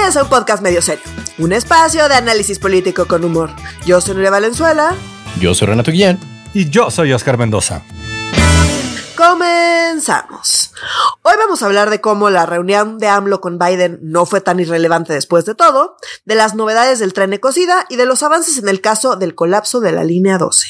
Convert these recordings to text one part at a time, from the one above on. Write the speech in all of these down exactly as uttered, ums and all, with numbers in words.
Bienvenidos a un podcast medio serio, un espacio de análisis político con humor. Yo soy Nuria Valenzuela. Yo soy Renato Guillén. Y yo soy Oscar Mendoza. Comenzamos. Hoy vamos a hablar de cómo la reunión de AMLO con Biden no fue tan irrelevante después de todo, de las novedades del tren Ecocida y de los avances en el caso del colapso de la línea doce.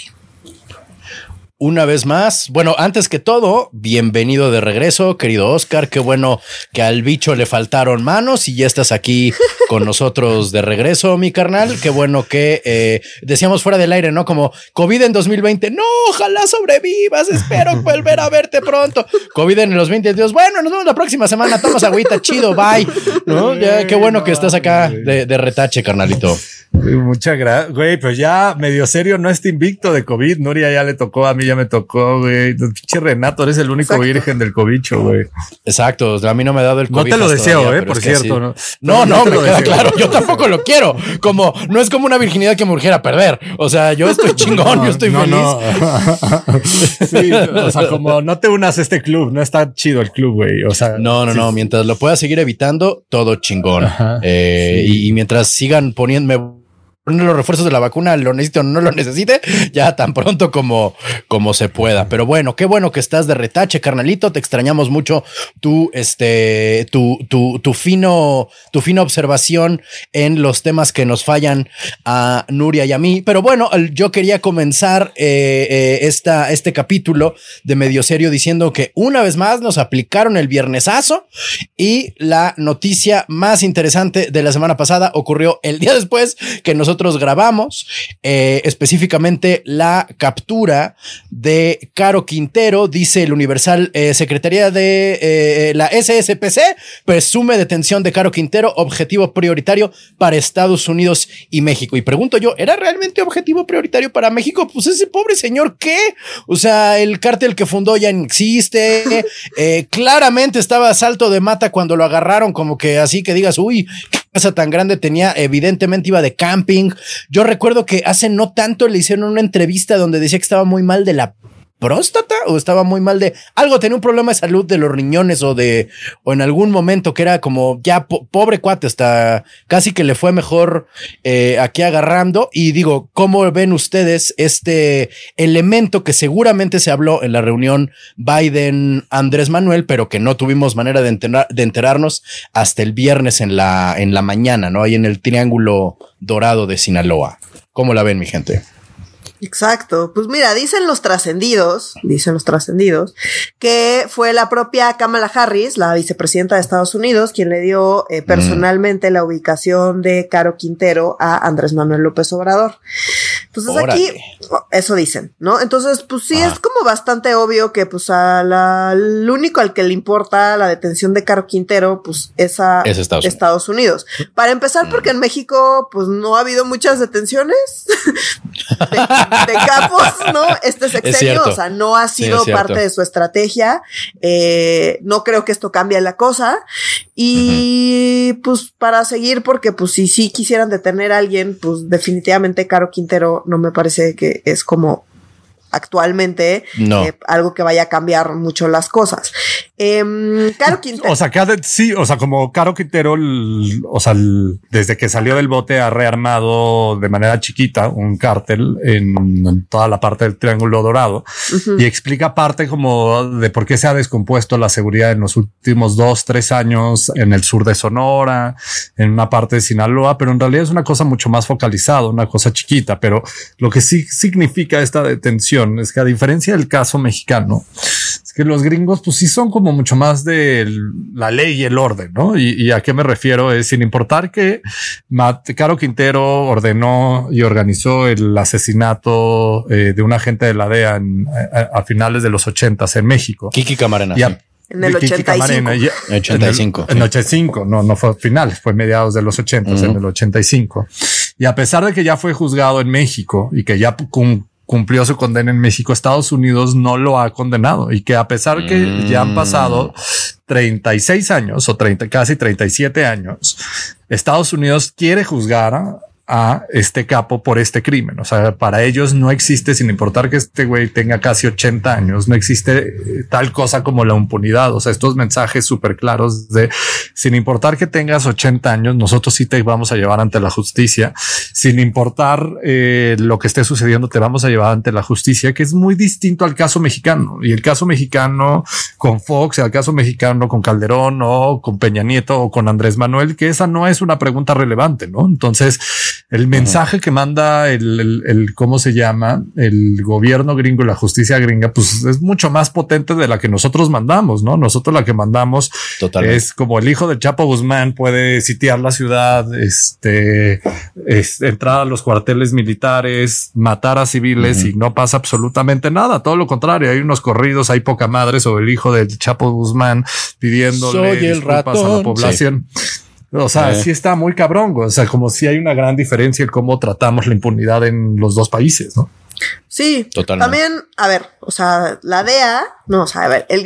Una vez más, bueno, antes que todo, bienvenido de regreso, querido Oscar. Qué bueno que al bicho le faltaron manos y ya estás aquí con nosotros de regreso, mi carnal. Qué bueno que eh, decíamos fuera del aire, ¿no? Como COVID en dos mil veinte. No, ojalá sobrevivas. Espero volver a verte pronto. COVID en los veinte veintidós. Bueno, nos vemos la próxima semana. Tomas agüita, chido, bye. ¿No? Ya, qué bueno que estás acá de, de retache, carnalito. Muchas gracias, güey. Pues ya medio serio, no está invicto de COVID. Nuria ya le tocó, a mí ya me tocó, güey. Pinche Renato, eres el único Exacto. virgen del cobicho, güey. Exacto. A mí no me ha dado el COVID. No te lo deseo, todavía, eh, por cierto. No, no, no, no me queda deseo. Claro. Yo tampoco lo quiero. Como no es como una virginidad que me urgiera perder. O sea, yo estoy chingón, no, yo estoy no, feliz. No. Sí, o sea, como no te unas a este club, no está chido el club, güey. O sea, no, no, sí. no. Mientras lo pueda seguir evitando, todo chingón. Ajá, eh, sí. y, y mientras sigan poniéndome los refuerzos de la vacuna, lo necesite o no lo necesite, ya tan pronto como, como se pueda. Pero bueno, qué bueno que estás de retache, carnalito. Te extrañamos mucho tu, este, tu, tu, tu fino, tu fina observación en los temas que nos fallan a Nuria y a mí. Pero bueno, yo quería comenzar eh, eh, esta, este capítulo de Medio Serio diciendo que una vez más nos aplicaron el viernesazo y la noticia más interesante de la semana pasada ocurrió el día después que nosotros Nosotros grabamos eh, específicamente la captura de Caro Quintero. Dice el Universal, eh, Secretaría de eh, la S S P C presume detención de Caro Quintero, objetivo prioritario para Estados Unidos y México. Y pregunto yo, ¿era realmente objetivo prioritario para México? Pues ese pobre señor, ¿qué? O sea, el cártel que fundó ya no existe. Eh, claramente estaba a salto de mata cuando lo agarraron, como que así que digas, uy, qué casa tan grande tenía, evidentemente iba de camping. Yo recuerdo que hace no tanto le hicieron una entrevista donde decía que estaba muy mal de la próstata o estaba muy mal de algo, tenía un problema de salud de los riñones o de o en algún momento que era como ya po pobre cuate, hasta casi que le fue mejor eh, aquí agarrando. Y digo, ¿cómo ven ustedes este elemento que seguramente se habló en la reunión Biden-Andrés Manuel, pero que no tuvimos manera de, enterar, de enterarnos hasta el viernes en la, en la mañana, ¿no? Ahí en el Triángulo Dorado de Sinaloa. ¿Cómo la ven, mi gente? Exacto. Pues mira, dicen los trascendidos, dicen los trascendidos, que fue la propia Kamala Harris, la vicepresidenta de Estados Unidos, quien le dio eh, personalmente mm. la ubicación de Caro Quintero a Andrés Manuel López Obrador. Entonces Órale. aquí, eso dicen, ¿no? Entonces, pues sí, ah. es como bastante obvio que pues a la, el único al que le importa la detención de Caro Quintero, pues es a es Estados, Estados Unidos. Unidos. Para empezar, porque en México, pues no ha habido muchas detenciones de, de capos, ¿no? Este sexenio, o sea, no ha sido sí, parte de su estrategia. Eh, no creo que esto cambie la cosa. Y uh-huh. pues para seguir, porque pues si sí quisieran detener a alguien, pues definitivamente Caro Quintero no me parece que es como actualmente no. eh, algo que vaya a cambiar mucho las cosas. Eh, Caro Quintero. O sea, que sí, o sea, como Caro Quintero, el, o sea, el, desde que salió del bote ha rearmado de manera chiquita un cártel en, en toda la parte del Triángulo Dorado uh-huh. y explica parte como de por qué se ha descompuesto la seguridad en los últimos dos, tres años en el sur de Sonora, en una parte de Sinaloa, pero en realidad es una cosa mucho más focalizada, una cosa chiquita, pero lo que sí significa esta detención es que a diferencia del caso mexicano, es que los gringos pues sí son como mucho más de la ley y el orden, ¿no? Y, y a qué me refiero es sin importar que Matt, Caro Quintero ordenó y organizó el asesinato eh, de un agente de la D E A en, a, a finales de los ochentas en México. Kiki Camarena. Y a, En el ochenta y cinco. Ya, ochenta y cinco. En el, en el ochenta y cinco. No, no fue finales, fue mediados de los ochentas, uh-huh. en el ochenta y cinco. Y a pesar de que ya fue juzgado en México y que ya cum, cumplió su condena en México, Estados Unidos no lo ha condenado, y que a pesar que mm. ya han pasado treinta y seis años o treinta, casi treinta y siete años, Estados Unidos quiere juzgar a a este capo por este crimen. O sea, para ellos no existe, sin importar que este güey tenga casi ochenta años, no existe tal cosa como la impunidad. O sea, estos mensajes súper claros de sin importar que tengas ochenta años, nosotros sí te vamos a llevar ante la justicia. Sin importar eh, lo que esté sucediendo, te vamos a llevar ante la justicia, que es muy distinto al caso mexicano. Y el caso mexicano con Fox, el caso mexicano con Calderón o con Peña Nieto o con Andrés Manuel, que esa no es una pregunta relevante, ¿no? Entonces, el mensaje que manda el, el, el, ¿cómo se llama? El gobierno gringo, la justicia gringa, pues es mucho más potente de la que nosotros mandamos, ¿no? Nosotros la que mandamos Totalmente. Es como el hijo del Chapo Guzmán puede sitiar la ciudad, este, es, entrar a los cuarteles militares, matar a civiles uh-huh. y no pasa absolutamente nada. Todo lo contrario, hay unos corridos, hay poca madre sobre el hijo del Chapo Guzmán pidiéndole Soy el disculpas ratón. a la población. Sí. O sea, eh. sí está muy cabrón. O sea, como si hay una gran diferencia en cómo tratamos la impunidad en los dos países, ¿no? Sí, totalmente. También, a ver, o sea, la D E A, no, o sea, a ver, el,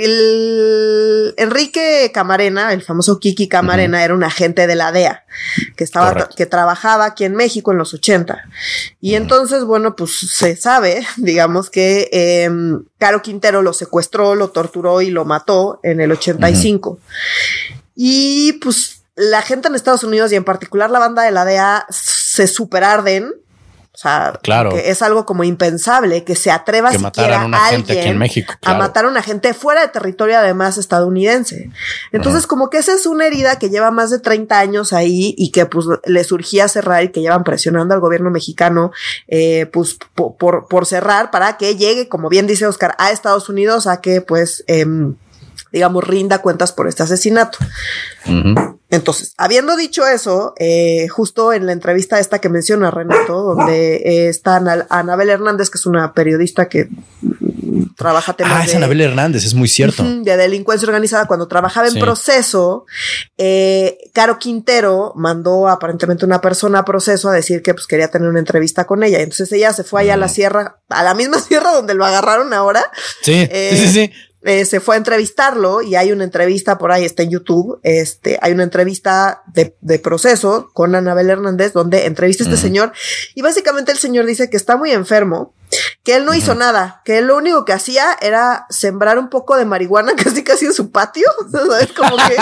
el Enrique Camarena, el famoso Kiki Camarena, uh-huh. era un agente de la D E A que estaba, Correcto. que trabajaba aquí en México en los ochenta. Y uh-huh. entonces, bueno, pues se sabe, digamos que eh, Caro Quintero lo secuestró, lo torturó y lo mató en el ochenta y cinco. Uh-huh. Y pues la gente en Estados Unidos y en particular la banda de la D E A se superarden. O sea, claro. que es algo como impensable que se atreva que siquiera a una alguien gente aquí en México, claro. a matar a una gente fuera de territorio además estadounidense. Entonces, uh-huh. como que esa es una herida que lleva más de treinta años ahí y que pues le surgía cerrar y que llevan presionando al gobierno mexicano eh, pues por, por, por cerrar para que llegue, como bien dice Oscar, a Estados Unidos a que pues eh, digamos rinda cuentas por este asesinato. Uh-huh. Entonces, habiendo dicho eso, eh, justo en la entrevista esta que menciona Renato, donde eh, está Ana, Anabel Hernández, que es una periodista que trabaja temas ah, es de, Anabel Hernández, es muy cierto. De delincuencia organizada. Cuando trabajaba en sí. Proceso, eh, Caro Quintero mandó aparentemente una persona a Proceso a decir que pues quería tener una entrevista con ella. Entonces ella se fue allá mm. a la sierra, a la misma sierra donde lo agarraron ahora. Sí, eh, sí, sí, sí. Eh, se fue a entrevistarlo y hay una entrevista por ahí, está en YouTube, este, hay una entrevista de, de Proceso con Anabel Hernández donde entrevista a este uh-huh. señor y básicamente el señor dice que está muy enfermo, que él no uh-huh. hizo nada, que él lo único que hacía era sembrar un poco de marihuana casi casi en su patio, ¿sabes? Como que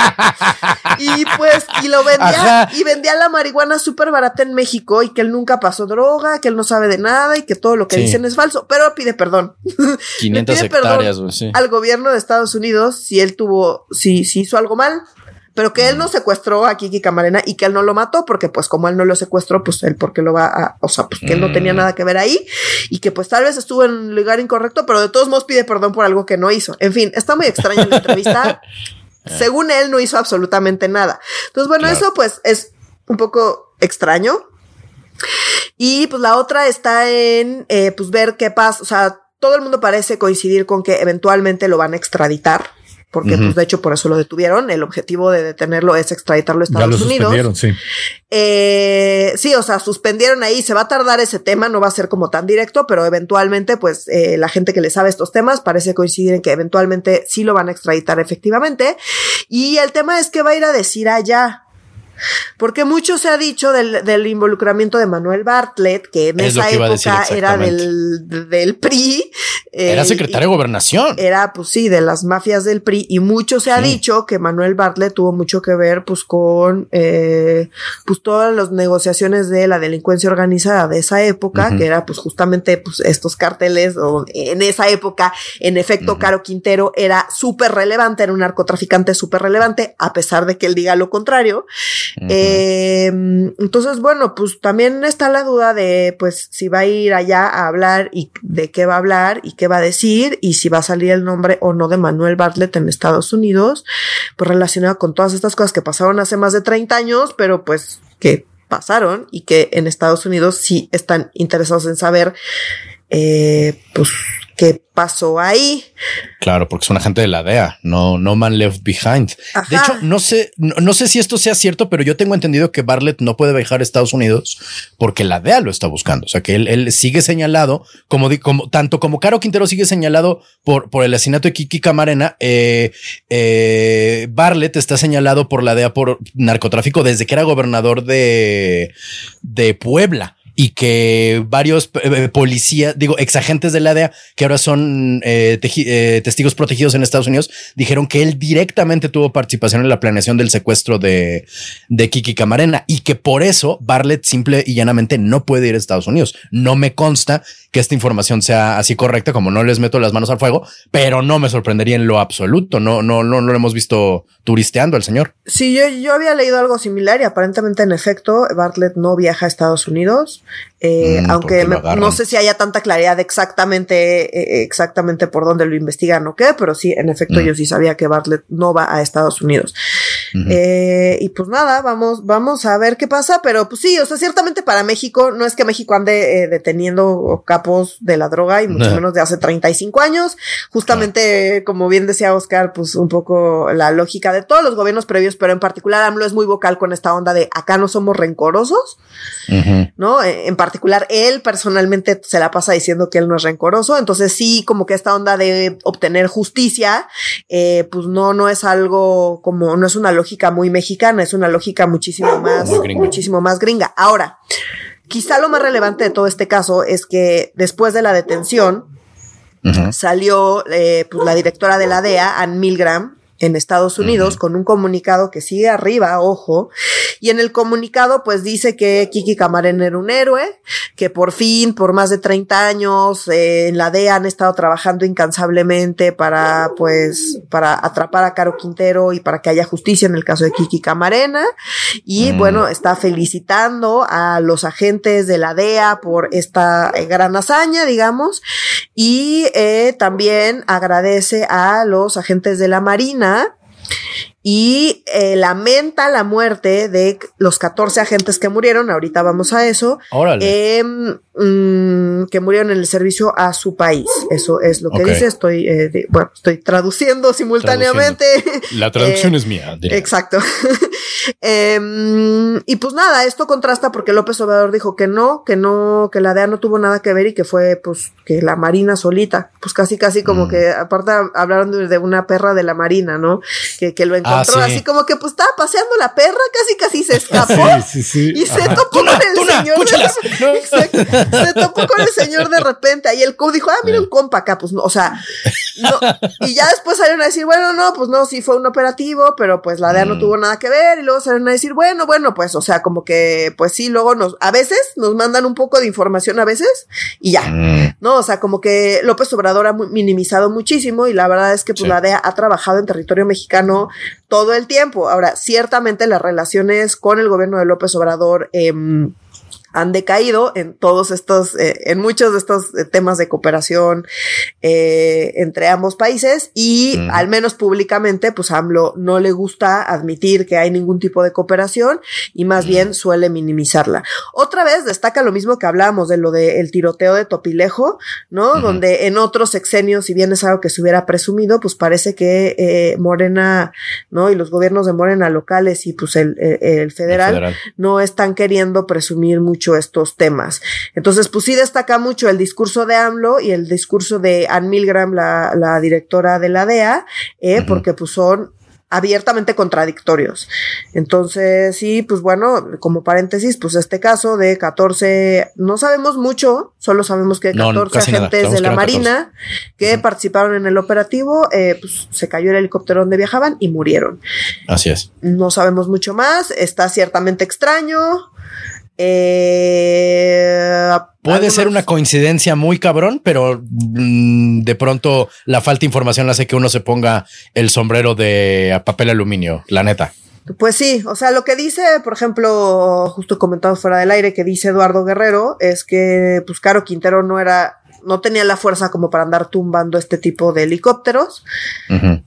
y pues, y lo vendía Ajá. y vendía la marihuana súper barata en México y que él nunca pasó droga, que él no sabe de nada y que todo lo que sí. dicen es falso, pero pide perdón. quinientas pide hectáreas, perdón sí. al gobierno de Estados Unidos si él tuvo, si, si hizo algo mal, pero que él no secuestró a Kiki Camarena y que él no lo mató, porque pues como él no lo secuestró, pues él porque lo va a, o sea, pues que él no tenía nada que ver ahí y que pues tal vez estuvo en un lugar incorrecto, pero de todos modos pide perdón por algo que no hizo. En fin, está muy extraña la entrevista. Según él no hizo absolutamente nada. Entonces, bueno, claro. eso pues es un poco extraño. Y pues la otra está en eh, pues ver qué pasa, o sea, todo el mundo parece coincidir con que eventualmente lo van a extraditar, porque uh-huh. pues de hecho por eso lo detuvieron. El objetivo de detenerlo es extraditarlo a Estados ya lo Unidos. Suspendieron, sí. Eh, sí, o sea, suspendieron ahí, se va a tardar ese tema, no va a ser como tan directo, pero eventualmente pues eh, la gente que le sabe estos temas parece coincidir en que eventualmente sí lo van a extraditar efectivamente. Y el tema es que va a ir a decir allá. Porque mucho se ha dicho del, del involucramiento de Manuel Bartlett, que en es esa que época era del, del P R I. Era eh, secretario de Gobernación. Era, pues sí, de las mafias del P R I. Y mucho se ha sí. dicho que Manuel Bartlett tuvo mucho que ver, pues, con eh, pues todas las negociaciones de la delincuencia organizada de esa época, uh-huh. que era, pues, justamente, pues, estos carteles. O en esa época, en efecto, uh-huh. Caro Quintero era súper relevante, era un narcotraficante súper relevante, a pesar de que él diga lo contrario. Uh-huh. Eh, entonces, bueno, pues también está la duda de, pues, si va a ir allá a hablar y de qué va a hablar y qué va a decir y si va a salir el nombre o no de Manuel Bartlett en Estados Unidos, pues relacionado con todas estas cosas que pasaron hace más de treinta años, pero pues que pasaron y que en Estados Unidos sí están interesados en saber, eh, pues, qué pasó ahí. Claro, porque es un agente de la D E A, no, no man left behind. Ajá. De hecho, no sé, no, no sé si esto sea cierto, pero yo tengo entendido que Bartlett no puede viajar a Estados Unidos porque la D E A lo está buscando. O sea, que él, él sigue señalado, como, como tanto como Caro Quintero sigue señalado por, por el asesinato de Kiki Camarena, eh, eh, Bartlett está señalado por la D E A por narcotráfico desde que era gobernador de, de Puebla. Y que varios eh, policías, digo, exagentes de la D E A, que ahora son eh, teji, eh, testigos protegidos en Estados Unidos, dijeron que él directamente tuvo participación en la planeación del secuestro de, de Kiki Camarena y que por eso Bartlett simple y llanamente no puede ir a Estados Unidos. No me consta que esta información sea así correcta, como no les meto las manos al fuego, pero no me sorprendería en lo absoluto. No, no, no, no lo hemos visto turisteando al señor. Sí, yo, yo había leído algo similar y aparentemente en efecto Bartlett no viaja a Estados Unidos. Eh, mm, aunque me, no sé si haya tanta claridad exactamente, eh, exactamente por dónde lo investigan o qué, pero sí, en efecto, mm. yo sí sabía que Bartlett no va a Estados Unidos. Uh-huh. Eh, y pues nada, vamos, vamos a ver qué pasa, pero pues sí, o sea, ciertamente para México, no es que México ande eh, deteniendo capos de la droga y mucho uh-huh. menos de hace treinta y cinco años. Justamente, uh-huh. como bien decía Oscar, pues un poco la lógica de todos los gobiernos previos, pero en particular AMLO es muy vocal con esta onda de acá no somos rencorosos, uh-huh. ¿no? En particular, él personalmente se la pasa diciendo que él no es rencoroso, entonces sí, como que esta onda de obtener justicia, eh, pues no, no es algo como, no es una lógica muy mexicana, es una lógica muchísimo más, muchísimo más gringa. Ahora, quizá lo más relevante de todo este caso es que después de la detención, uh-huh. salió eh, pues, la directora de la D E A, Ann Milgram, en Estados Unidos, uh-huh. con un comunicado que sigue arriba, ojo, y en el comunicado pues dice que Kiki Camarena era un héroe, que por fin, por más de treinta años, eh, en la D E A han estado trabajando incansablemente para pues, para atrapar a Caro Quintero y para que haya justicia en el caso de Kiki Camarena, y uh-huh. bueno, está felicitando a los agentes de la D E A por esta eh, gran hazaña, digamos, y eh, también agradece a los agentes de la Marina y eh, lamenta la muerte de los catorce agentes que murieron, ahorita vamos a eso, eh, mmm, que murieron en el servicio a su país. Eso es lo que okay. dice, estoy, eh, de, bueno, estoy traduciendo simultáneamente. Traduciendo. La traducción eh, es mía. Diré. Exacto. eh, y pues nada, esto contrasta porque López Obrador dijo que no, que no, que la D E A no tuvo nada que ver y que fue pues que la Marina solita, pues casi casi como mm. que aparte hablaron de, de una perra de la Marina, ¿no? Que, que lo encontró ah, sí. así como que pues estaba paseando la perra, casi casi se escapó sí, sí, sí. y se Ajá. topó tuna, con el tuna, señor de, no. Exacto, se topó con el señor de repente, ahí el co dijo, ah, mira un compa acá, pues no, o sea, no, y ya después salieron a decir, bueno, no, pues no, sí fue un operativo, pero pues la D E A mm. no tuvo nada que ver, y luego salieron a decir, bueno, bueno, pues, o sea, como que, pues sí, luego nos, a veces nos mandan un poco de información a veces, y ya, mm. ¿no? O sea, como que López Obrador ha minimizado muchísimo, y la verdad es que pues sí. la D E A ha trabajado en territorio mexicano todo el tiempo. Ahora, ciertamente las relaciones con el gobierno de López Obrador eh, han decaído en todos estos, eh, en muchos de estos eh, temas de cooperación eh, entre ambos países y mm. al menos públicamente, pues a AMLO no le gusta admitir que hay ningún tipo de cooperación y más mm. bien suele minimizarla. Otra vez destaca lo mismo que hablábamos de lo del tiroteo de Topilejo, ¿no? Mm. Donde en otros sexenios, si bien es algo que se hubiera presumido, pues parece que eh, Morena, ¿no? Y los gobiernos de Morena locales y pues el, el, el, federal, el federal no están queriendo presumir mucho estos temas. Entonces, pues sí destaca mucho el discurso de AMLO y el discurso de Ann Milgram, la, la directora de la D E A, eh, uh-huh. porque pues son abiertamente contradictorios. Entonces, sí, pues bueno, como paréntesis, pues este caso de catorce, no sabemos mucho, solo sabemos que catorce no, agentes de la Marina que uh-huh. participaron en el operativo, eh, pues se cayó el helicóptero donde viajaban y murieron. Así es. No sabemos mucho más, está ciertamente extraño. Eh, Puede algunos... ser una coincidencia muy cabrón, pero mmm, de pronto la falta de información hace que uno se ponga el sombrero de papel aluminio, la neta. Pues sí, o sea, lo que dice, por ejemplo, justo comentado fuera del aire, que dice Eduardo Guerrero, es que pues Caro Quintero no era no tenía la fuerza como para andar tumbando este tipo de helicópteros. Uh-huh.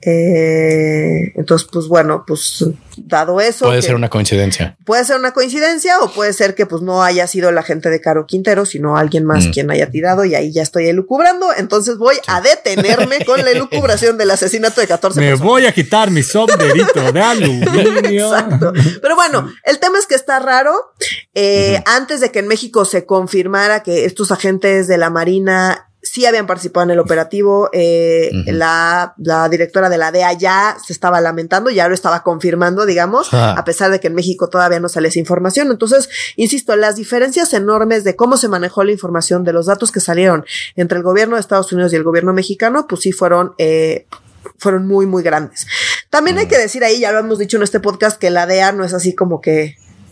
Eh, entonces, pues bueno, pues dado eso. Puede ser una coincidencia. Puede ser una coincidencia o puede ser que pues no haya sido la gente de Caro Quintero, sino alguien más uh-huh. quien haya tirado y ahí ya estoy elucubrando. Entonces voy sí. a detenerme con la elucubración del asesinato de catorce Me personas. voy a quitar mi sombrerito de aluminio. Exacto. Pero bueno, el tema es que está raro. Eh, uh-huh. Antes de que en México se confirmara que estos agentes de la Marina sí habían participado en el operativo, eh, uh-huh. la, la directora de la D E A ya se estaba lamentando, ya lo estaba confirmando, digamos, uh-huh. a pesar de que en México todavía no sale esa información. Entonces, insisto, las diferencias enormes de cómo se manejó la información, de los datos que salieron entre el gobierno de Estados Unidos y el gobierno mexicano, pues sí fueron... Eh, fueron muy, muy grandes. También uh-huh. hay que decir ahí, ya lo hemos dicho en este podcast, que la D E A no es así como que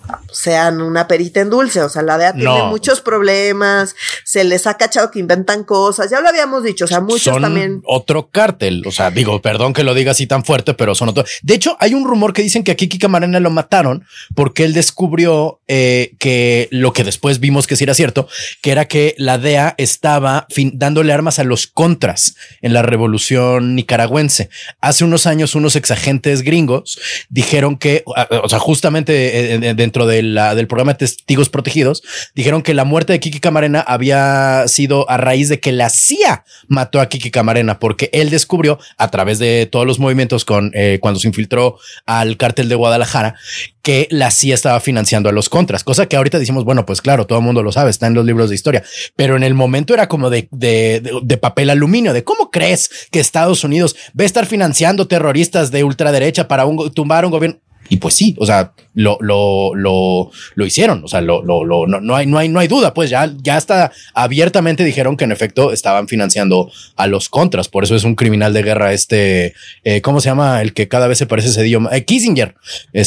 sean una perita en dulce, o sea, la D E A tiene no. muchos problemas, se les ha cachado que inventan cosas, ya lo habíamos dicho, o sea, muchos son también. Otro cártel, o sea, digo, perdón que lo diga así tan fuerte, pero son otro. De hecho, hay un rumor que dicen que a Kiki Camarena lo mataron porque él descubrió eh, que lo que después vimos que sí era cierto, que era que la D E A estaba fin- dándole armas a los contras en la revolución nicaragüense. Hace unos años, unos exagentes gringos dijeron que, o sea, justamente eh, dentro de la, del programa de testigos protegidos, dijeron que la muerte de Kiki Camarena había sido a raíz de que la C I A mató a Kiki Camarena, porque él descubrió a través de todos los movimientos con eh, cuando se infiltró al cártel de Guadalajara que la C I A estaba financiando a los contras, cosa que ahorita decimos, bueno, pues claro, todo el mundo lo sabe, está en los libros de historia, pero en el momento era como de, de, de, de papel aluminio, de cómo crees que Estados Unidos va a estar financiando terroristas de ultraderecha para un, tumbar un gobierno. Y pues sí, o sea, lo, lo, lo, lo hicieron. O sea, lo, lo, lo, no, no hay, no hay, no hay duda. Pues ya, ya está abiertamente dijeron que en efecto estaban financiando a los contras. Por eso es un criminal de guerra. Este, eh, ¿cómo se llama? El que cada vez se parece a Cedillo, eh, Kissinger.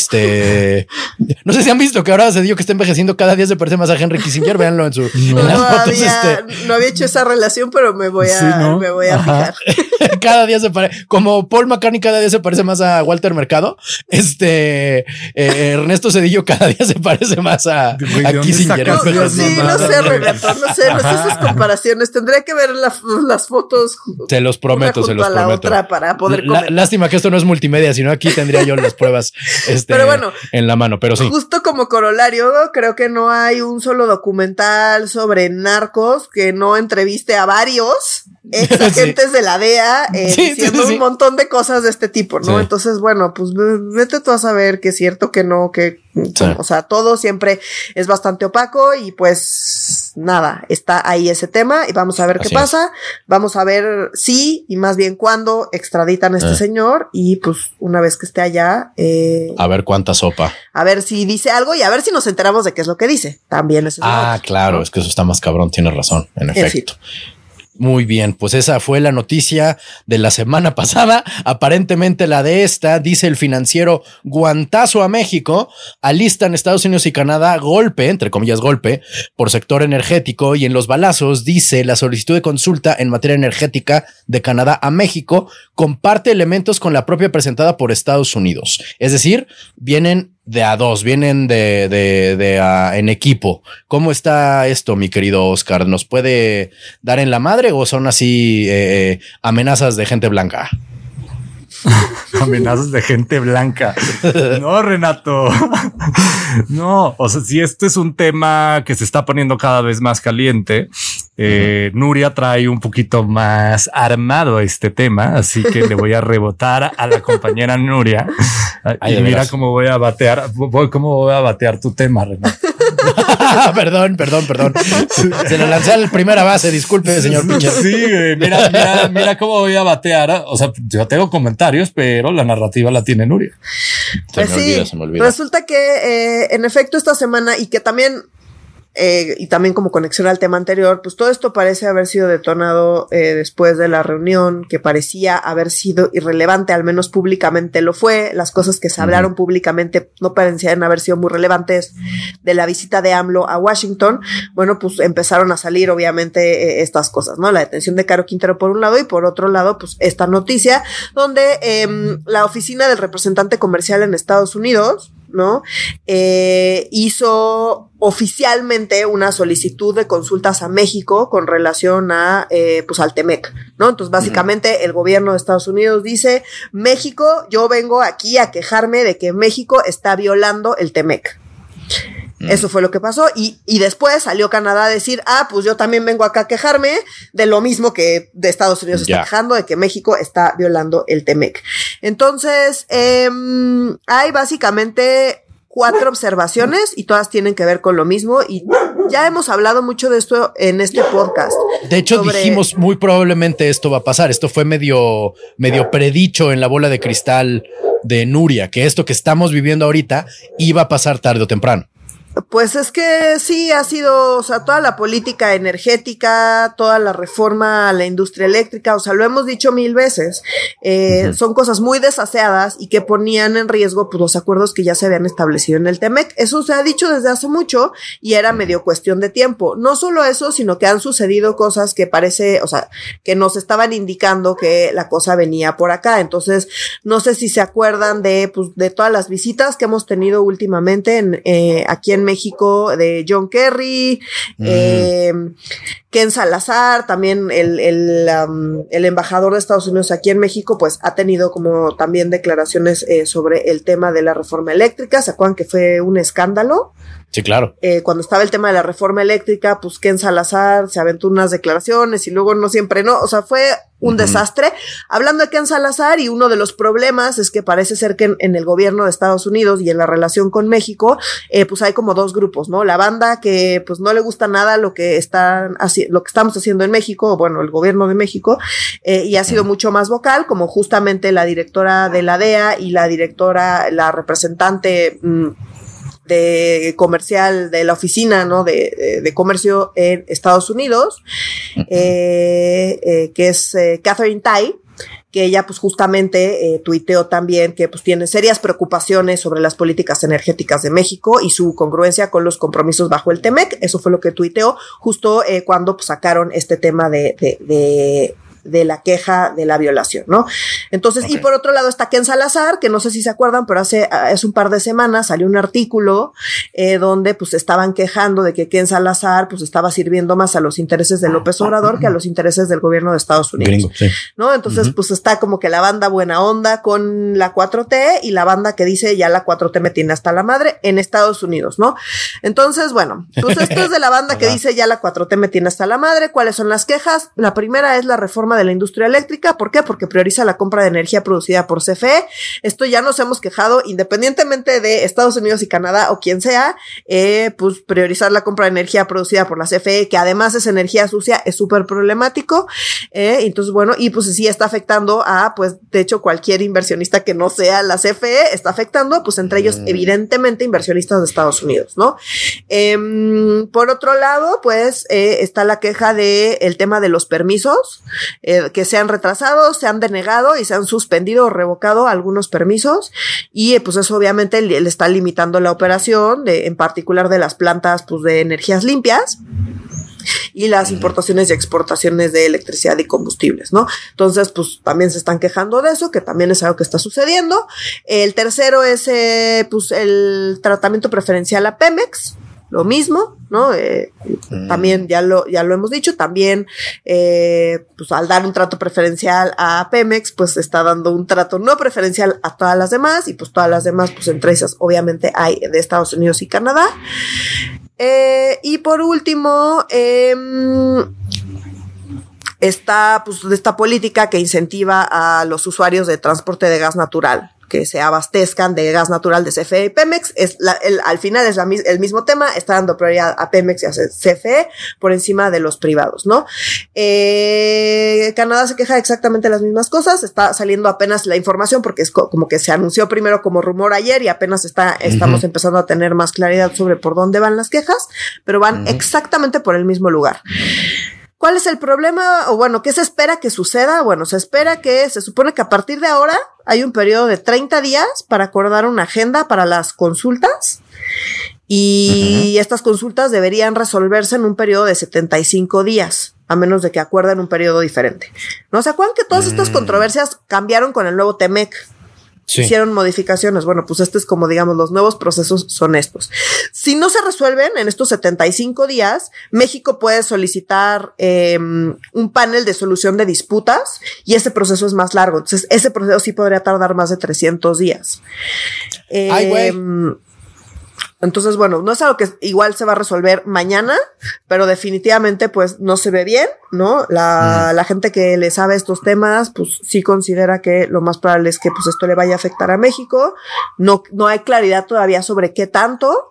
Este, no sé si han visto que ahora Cedillo que está envejeciendo cada día se parece más a Henry Kissinger. Véanlo en su, no, en las no, fotos, había, este. no había hecho esa relación, pero me voy a, sí, ¿no? me voy a fijar. Cada día se parece, como Paul McCartney cada día se parece más a Walter Mercado. Este, Eh, Ernesto Cedillo cada día se parece más a, Güey, a Kissinger. No, no, sí, no sé, Renato, no sé, no sé esas comparaciones. Tendría que ver la, las fotos. Se los prometo, se los a la prometo. Otra para poder la, lástima que esto no es multimedia, sino aquí tendría yo las pruebas este, pero bueno, en la mano, pero sí. Justo como corolario, creo que no hay un solo documental sobre narcos que no entreviste a varios ex agentes sí. de la D E A eh, sí, diciendo sí, sí, un montón de cosas de este tipo, ¿no? Sí. Entonces, bueno, pues vete tú a saber que es cierto, que no, que, sí. o sea, todo siempre es bastante opaco y pues nada, está ahí ese tema y vamos a ver Así qué pasa, es. Vamos a ver si y más bien cuándo extraditan a este eh. señor y pues una vez que esté allá, eh, a ver cuánta sopa. A ver si dice algo y a ver si nos enteramos de qué es lo que dice. También es Ah, otro, claro, ¿no? Es que eso está más cabrón, tienes razón, en, en efecto. Fin. Muy bien, pues esa fue la noticia de la semana pasada. Aparentemente la de esta, dice el financiero, guantazo a México, alistan Estados Unidos y Canadá golpe, entre comillas golpe, por sector energético, y en los balazos dice la solicitud de consulta en materia energética de Canadá a México comparte elementos con la propia presentada por Estados Unidos. Es decir, vienen de a dos, vienen de, de, de a, en equipo. ¿Cómo está esto, mi querido Oscar? ¿Nos puede dar en la madre o son así eh, amenazas de gente blanca? Amenazas de gente blanca. No, Renato. No, o sea, si este es un tema que se está poniendo cada vez más caliente, eh, uh-huh. Nuria trae un poquito más armado este tema, así que le voy a rebotar a la compañera Nuria. Ay, y mira cómo voy a batear, cómo voy a batear tu tema, Renato. perdón, perdón, perdón. Se lo lancé al primera base, disculpe, señor Pitcher. Sí, mira, mira, mira cómo voy a batear. O sea, yo tengo comentarios, pero la narrativa la tiene Nuria. Se pues me sí, olvida, se me olvida. Resulta que eh, en efecto esta semana y que también Eh, y también como conexión al tema anterior, pues todo esto parece haber sido detonado eh, después de la reunión, que parecía haber sido irrelevante, al menos públicamente lo fue. Las cosas que se hablaron uh-huh. públicamente no parecían haber sido muy relevantes de la visita de AMLO a Washington. Bueno, pues empezaron a salir obviamente eh, estas cosas, ¿no? La detención de Caro Quintero por un lado y por otro lado, pues esta noticia donde eh, la oficina del representante comercial en Estados Unidos ¿no? Eh, hizo oficialmente una solicitud de consultas a México con relación a, eh, pues al Temec, ¿no? Entonces, básicamente, uh-huh. el gobierno de Estados Unidos dice, México, yo vengo aquí a quejarme de que México está violando el Temec. Mm. Eso fue lo que pasó, y, y después salió Canadá a decir, ah, pues yo también vengo acá a quejarme de lo mismo que de Estados Unidos está yeah. quejando, de que México está violando el Temec. Entonces, eh, hay básicamente cuatro observaciones y todas tienen que ver con lo mismo, y ya hemos hablado mucho de esto en este podcast. De hecho, sobre... dijimos muy probablemente esto va a pasar. Esto fue medio, medio predicho en la bola de cristal de Nuria, que esto que estamos viviendo ahorita iba a pasar tarde o temprano. Pues es que sí ha sido, o sea, toda la política energética, toda la reforma a la industria eléctrica, o sea, lo hemos dicho mil veces, eh, uh-huh. son cosas muy desaseadas y que ponían en riesgo, pues, los acuerdos que ya se habían establecido en el Temec. Eso se ha dicho desde hace mucho y era medio cuestión de tiempo. No solo eso, sino que han sucedido cosas que parece, o sea, que nos estaban indicando que la cosa venía por acá. Entonces, no sé si se acuerdan de, pues, de todas las visitas que hemos tenido últimamente en, eh, aquí en México, de John Kerry, mm. eh, Ken Salazar, también el, el, um, el embajador de Estados Unidos aquí en México, pues ha tenido como también declaraciones eh, sobre el tema de la reforma eléctrica. ¿Se acuerdan que fue un escándalo? Sí, claro. Eh, cuando estaba el tema de la reforma eléctrica, pues Ken Salazar se aventó unas declaraciones y luego no siempre no, o sea, fue un uh-huh. desastre. Hablando de Ken Salazar, y uno de los problemas es que parece ser que en, en el gobierno de Estados Unidos y en la relación con México, eh, pues hay como dos grupos, ¿no? La banda que pues no le gusta nada lo que están haci- lo que estamos haciendo en México, bueno, el gobierno de México, eh, y ha sido uh-huh. mucho más vocal, como justamente la directora de la D E A y la directora, la representante mmm, de comercial de la oficina, ¿no? De, de, de comercio en Estados Unidos, uh-huh. eh, eh, que es eh, Catherine Tai, que ella pues justamente eh, tuiteó también que pues tiene serias preocupaciones sobre las políticas energéticas de México y su congruencia con los compromisos bajo el Temec. Eso fue lo que tuiteó justo eh, cuando pues, sacaron este tema de, de, de de la queja de la violación, ¿no? Entonces, okay. y por otro lado está Ken Salazar, que no sé si se acuerdan, pero hace, hace un par de semanas salió un artículo eh, donde pues estaban quejando de que Ken Salazar pues estaba sirviendo más a los intereses de López Obrador que a los intereses del gobierno de Estados Unidos. Gringo, sí. ¿No? Entonces, uh-huh. pues está como que la banda buena onda con la cuatro T y la banda que dice ya la cuatro T me tiene hasta la madre en Estados Unidos, ¿no? Entonces, bueno, pues esto es de la banda que dice ya la cuatro T me tiene hasta la madre. ¿Cuáles son las quejas? La primera es la reforma de la industria eléctrica. ¿Por qué? Porque prioriza la compra de energía producida por C F E. Esto ya nos hemos quejado independientemente de Estados Unidos y Canadá o quien sea, eh, pues priorizar la compra de energía producida por la C F E, que además es energía sucia, es súper problemático. Eh, entonces, bueno, y pues sí está afectando a, pues, de hecho, cualquier inversionista que no sea la C F E está afectando, pues, entre ellos, evidentemente, inversionistas de Estados Unidos, ¿no? Eh, por otro lado, pues, eh, está la queja de el tema de los permisos, eh, que se han retrasado, se han denegado y se han suspendido o revocado algunos permisos, y eh, pues eso obviamente le, le está limitando la operación, de, en particular de las plantas pues de energías limpias y las importaciones y exportaciones de electricidad y combustibles, ¿no? Entonces, pues también se están quejando de eso, que también es algo que está sucediendo. El tercero es eh, pues el tratamiento preferencial a Pemex. Lo mismo, ¿no? Eh, mm. También ya lo, ya lo hemos dicho, también, eh, pues al dar un trato preferencial a Pemex, pues está dando un trato no preferencial a todas las demás, y pues todas las demás, pues entre esas, obviamente hay de Estados Unidos y Canadá. Eh, y por último, eh, está, pues, esta política que incentiva a los usuarios de transporte de gas natural que se abastezcan de gas natural de C F E y Pemex. Es la, el, al final es la, el mismo tema, está dando prioridad a Pemex y a C F E por encima de los privados, ¿no? Eh, Canadá se queja de exactamente las mismas cosas, está saliendo apenas la información porque es co- como que se anunció primero como rumor ayer y apenas está, estamos uh-huh. empezando a tener más claridad sobre por dónde van las quejas, pero van uh-huh. exactamente por el mismo lugar. ¿Cuál es el problema? O bueno, ¿qué se espera que suceda? Bueno, se espera que, se supone que a partir de ahora hay un periodo de treinta días para acordar una agenda para las consultas, y uh-huh. estas consultas deberían resolverse en un periodo de setenta y cinco días, a menos de que acuerden un periodo diferente. ¿No se acuerdan que todas uh-huh. estas controversias cambiaron con el nuevo Temec? sí. hicieron modificaciones. Bueno, pues este es como, digamos, los nuevos procesos son estos. Si no se resuelven en estos setenta y cinco días, México puede solicitar eh, un panel de solución de disputas y ese proceso es más largo. Entonces, ese proceso sí podría tardar más de trescientos días. Eh, Ay, güey. Entonces, bueno, no es algo que igual se va a resolver mañana, pero definitivamente pues no se ve bien, ¿no? La, mm. la gente que le sabe estos temas, pues sí considera que lo más probable es que pues esto le vaya a afectar a México. No, no hay claridad todavía sobre qué tanto.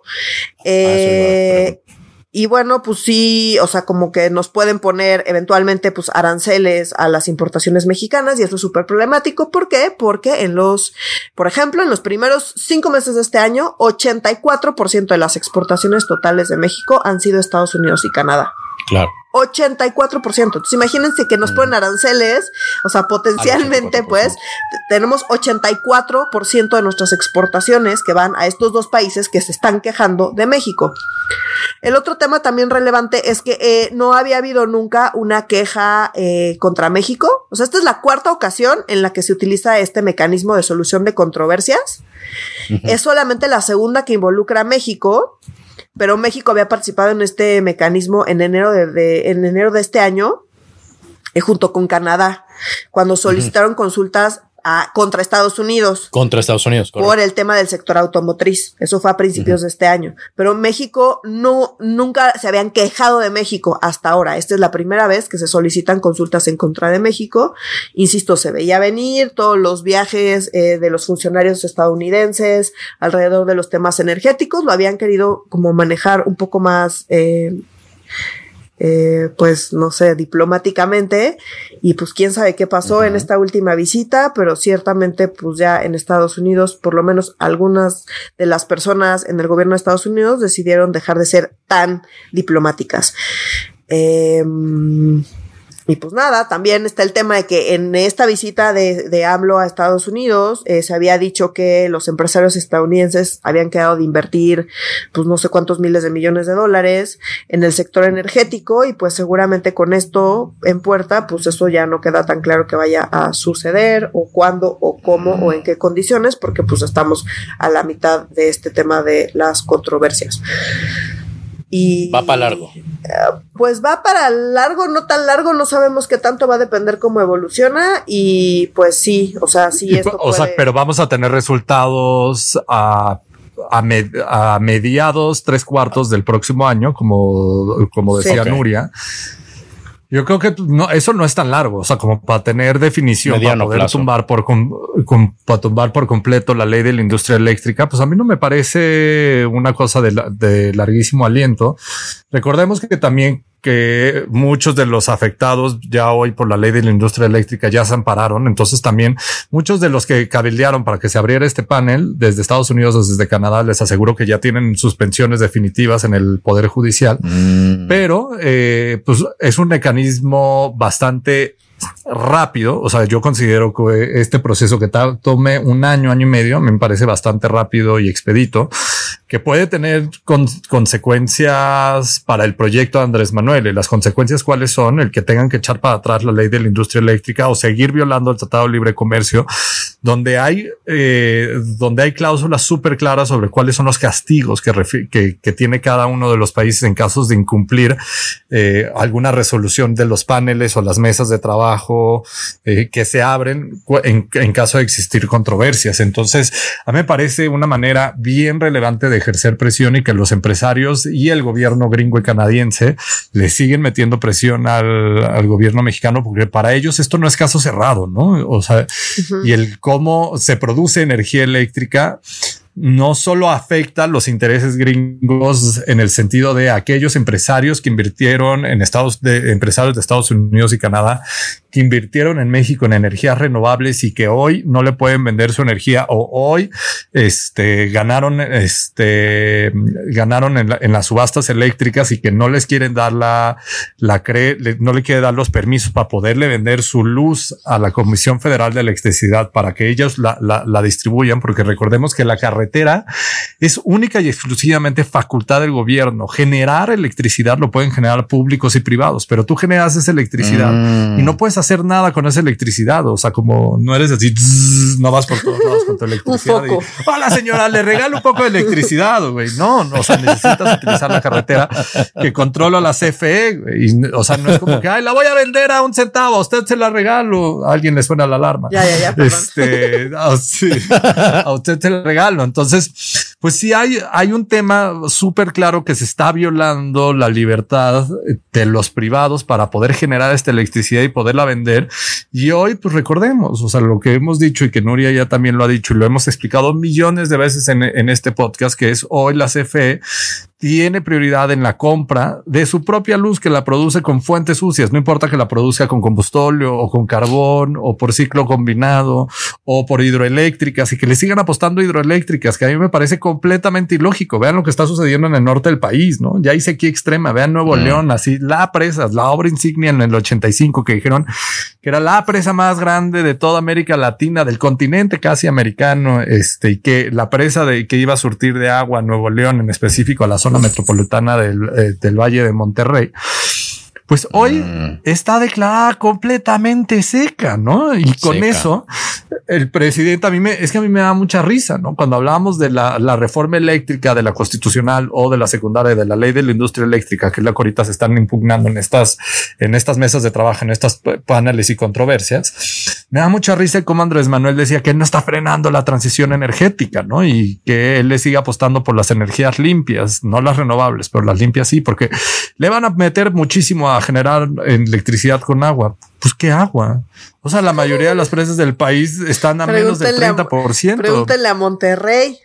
Eh, ah, Y bueno, pues sí, o sea, como que nos pueden poner eventualmente pues aranceles a las importaciones mexicanas y eso es súper problemático. ¿Por qué? Porque en los, por ejemplo, en los primeros cinco meses de este año, ochenta y cuatro por ciento de las exportaciones totales de México han sido Estados Unidos y Canadá. Claro. ochenta y cuatro por ciento. Entonces imagínense que nos ponen aranceles, o sea, potencialmente pues tenemos ochenta y cuatro por ciento de nuestras exportaciones que van a estos dos países que se están quejando de México. El otro tema también relevante es que eh, no había habido nunca una queja eh, contra México. O sea, esta es la cuarta ocasión en la que se utiliza este mecanismo de solución de controversias. Uh-huh. Es solamente la segunda que involucra a México. Pero México había participado en este mecanismo en enero de, de, en enero de este año, eh, junto con Canadá, cuando solicitaron uh-huh. consultas a, contra Estados Unidos. Contra Estados Unidos, correcto. Por el tema del sector automotriz. Eso fue a principios uh-huh. de este año. Pero México no, nunca se habían quejado de México hasta ahora. Esta es la primera vez que se solicitan consultas en contra de México. Insisto, se veía venir todos los viajes eh, de los funcionarios estadounidenses alrededor de los temas energéticos. Lo habían querido como manejar un poco más, eh, Eh, pues no sé, diplomáticamente, y pues quién sabe qué pasó uh-huh. en esta última visita, pero ciertamente pues ya en Estados Unidos, por lo menos algunas de las personas en el gobierno de Estados Unidos decidieron dejar de ser tan diplomáticas. Eh, Y pues nada, también está el tema de que en esta visita de, de AMLO a Estados Unidos eh, se había dicho que los empresarios estadounidenses habían quedado de invertir pues no sé cuántos miles de millones de dólares en el sector energético y pues seguramente con esto en puerta pues eso ya no queda tan claro que vaya a suceder o cuándo o cómo o en qué condiciones porque pues estamos a la mitad de este tema de las controversias. Y va para largo. Pues va para largo, no tan largo, no sabemos qué tanto va a depender cómo evoluciona y pues sí, o sea, sí esto o puede... sea, pero vamos a tener resultados a a, med, a mediados, tres cuartos del próximo año, como como decía sí, Nuria. Yo creo que no, eso no es tan largo, o sea, como para tener definición, mediano para poder plazo. tumbar por com, com, para tumbar por completo la ley de la industria eléctrica, pues a mí no me parece una cosa de, de larguísimo aliento. Recordemos que también que muchos de los afectados ya hoy por la ley de la industria eléctrica ya se ampararon. Entonces también muchos de los que cabildearon para que se abriera este panel desde Estados Unidos o desde Canadá, les aseguro que ya tienen suspensiones definitivas en el Poder Judicial. Mm. Pero eh, pues es un mecanismo bastante rápido. O sea, yo considero que este proceso que tal, tome un año, año y medio, me parece bastante rápido y expedito, que puede tener con, consecuencias para el proyecto de Andrés Manuel. Y las consecuencias, ¿cuáles son? El que tengan que echar para atrás la ley de la industria eléctrica o seguir violando el Tratado de Libre Comercio, donde hay, eh, donde hay cláusulas súper claras sobre cuáles son los castigos que, que, que tiene cada uno de los países en casos de incumplir eh, alguna resolución de los paneles o las mesas de trabajo eh, que se abren en, en caso de existir controversias. Entonces, a mí me parece una manera bien relevante de ejercer presión y que los empresarios y el gobierno gringo y canadiense le siguen metiendo presión al, al gobierno mexicano, porque para ellos esto no es caso cerrado, ¿no? O sea, uh-huh. y el cómo se produce energía eléctrica no solo afecta los intereses gringos en el sentido de aquellos empresarios que invirtieron en Estados de empresarios de Estados Unidos y Canadá que invirtieron en México en energías renovables y que hoy no le pueden vender su energía o hoy este ganaron este ganaron en, la, en las subastas eléctricas y que no les quieren dar la la cre, le, no le quieren dar los permisos para poderle vender su luz a la Comisión Federal de Electricidad para que ellos la, la, la distribuyan, porque recordemos que la carretera es única y exclusivamente facultad del gobierno. Generar electricidad lo pueden generar públicos y privados, pero tú generas esa electricidad mm. y no puedes puedes hacer nada con esa electricidad. O sea, como no eres así, zzz, no vas por todos lados con tu electricidad. Y, hola señora, le regalo un poco de electricidad, güey. No, no, o sea, necesitas utilizar la carretera que controla la C F E. Y, o sea, no es como que, ay, la voy a vender a un centavo, a usted se la regalo. A alguien le suena la alarma. Ya, ya, ya, perdón. Este, a, sí, a usted se la regalo. Entonces, pues sí hay, hay un tema súper claro que se está violando la libertad de los privados para poder generar esta electricidad y poderla vender. Y hoy, pues recordemos, o sea, lo que hemos dicho y que Nuria ya también lo ha dicho y lo hemos explicado millones de veces en, en este podcast, que es hoy la C F E tiene prioridad en la compra de su propia luz que la produce con fuentes sucias. No importa que la produzca con combustóleo o con carbón o por ciclo combinado o por hidroeléctricas y que le sigan apostando a hidroeléctricas, que a mí me parece completamente ilógico. Vean lo que está sucediendo en el norte del país, ¿no? Ya hay sequía extrema. Vean Nuevo mm. León, así la presa, la obra insignia en el ochenta y cinco que dijeron que era la presa más grande de toda América Latina, del continente casi americano, este, y que la presa de que iba a surtir de agua a Nuevo León, en específico a la zona metropolitana del, eh, del Valle de Monterrey, pues hoy mm. está declarada completamente seca, ¿no? Y con seca. Eso, el presidente, a mí me, es que a mí me da mucha risa, ¿no? Cuando hablábamos de la, la reforma eléctrica, de la constitucional o de la secundaria, de la ley de la industria eléctrica, que es la que ahorita se están impugnando en estas, en estas mesas de trabajo, en estas paneles y controversias, me da mucha risa cómo Andrés Manuel decía que no está frenando la transición energética, ¿no? Y que él le sigue apostando por las energías limpias, no las renovables, pero las limpias sí, porque le van a meter muchísimo a generar electricidad con agua. Pues qué agua. O sea, la mayoría de las presas del país están a menos del treinta por ciento. Pregúntale a Monterrey.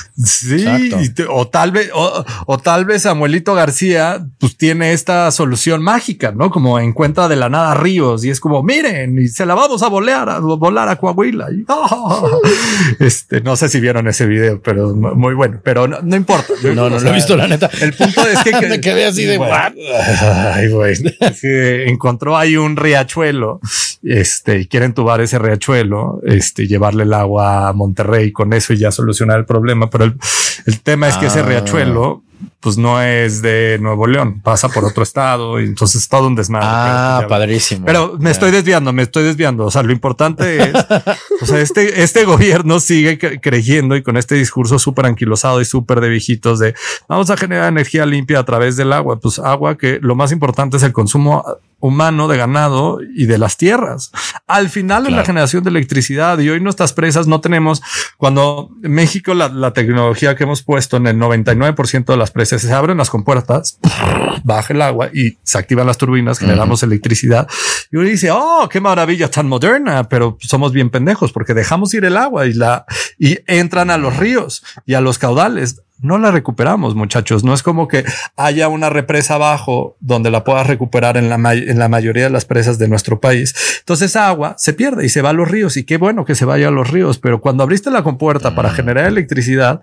Sí, te, o tal vez, o, o tal vez Samuelito García, pues tiene esta solución mágica, ¿no? Como encuentra de la nada ríos y es como, miren, y se la vamos a volar, a volar a Coahuila. Y, oh, este, no sé si vieron ese video, pero muy bueno, pero no, no importa. Yo, no, no lo he visto, la neta. El punto es que, que me quedé así de bueno, what? Ay, güey. Es que encontró ahí un riachuelo, este, y quiere entubar ese riachuelo, este, llevarle el agua a Monterrey con eso y ya solucionar el problema. Pero el, el tema es que ah. ese riachuelo, pues no es de Nuevo León, pasa por otro estado y entonces todo un desmadre. Ah, pero, padrísimo. Pero me yeah. estoy desviando, me estoy desviando. O sea, lo importante es, o sea, este, este gobierno sigue creyendo y con este discurso súper anquilosado y súper de viejitos de vamos a generar energía limpia a través del agua. Pues agua que lo más importante es el consumo humano de ganado y de las tierras. Al final claro. es la generación de electricidad y hoy nuestras presas no tenemos, cuando México la, la tecnología que hemos puesto en el noventa y nueve por ciento de las presas se abren las compuertas, baja el agua y se activan las turbinas, generamos uh-huh. electricidad y uno dice, oh, qué maravilla tan moderna, pero somos bien pendejos porque dejamos ir el agua y la, y entran a los ríos y a los caudales. No la recuperamos, muchachos. No es como que haya una represa abajo donde la puedas recuperar en la, may- en la mayoría de las presas de nuestro país. Entonces esa agua se pierde y se va a los ríos y qué bueno que se vaya a los ríos. Pero cuando abriste la compuerta para generar electricidad,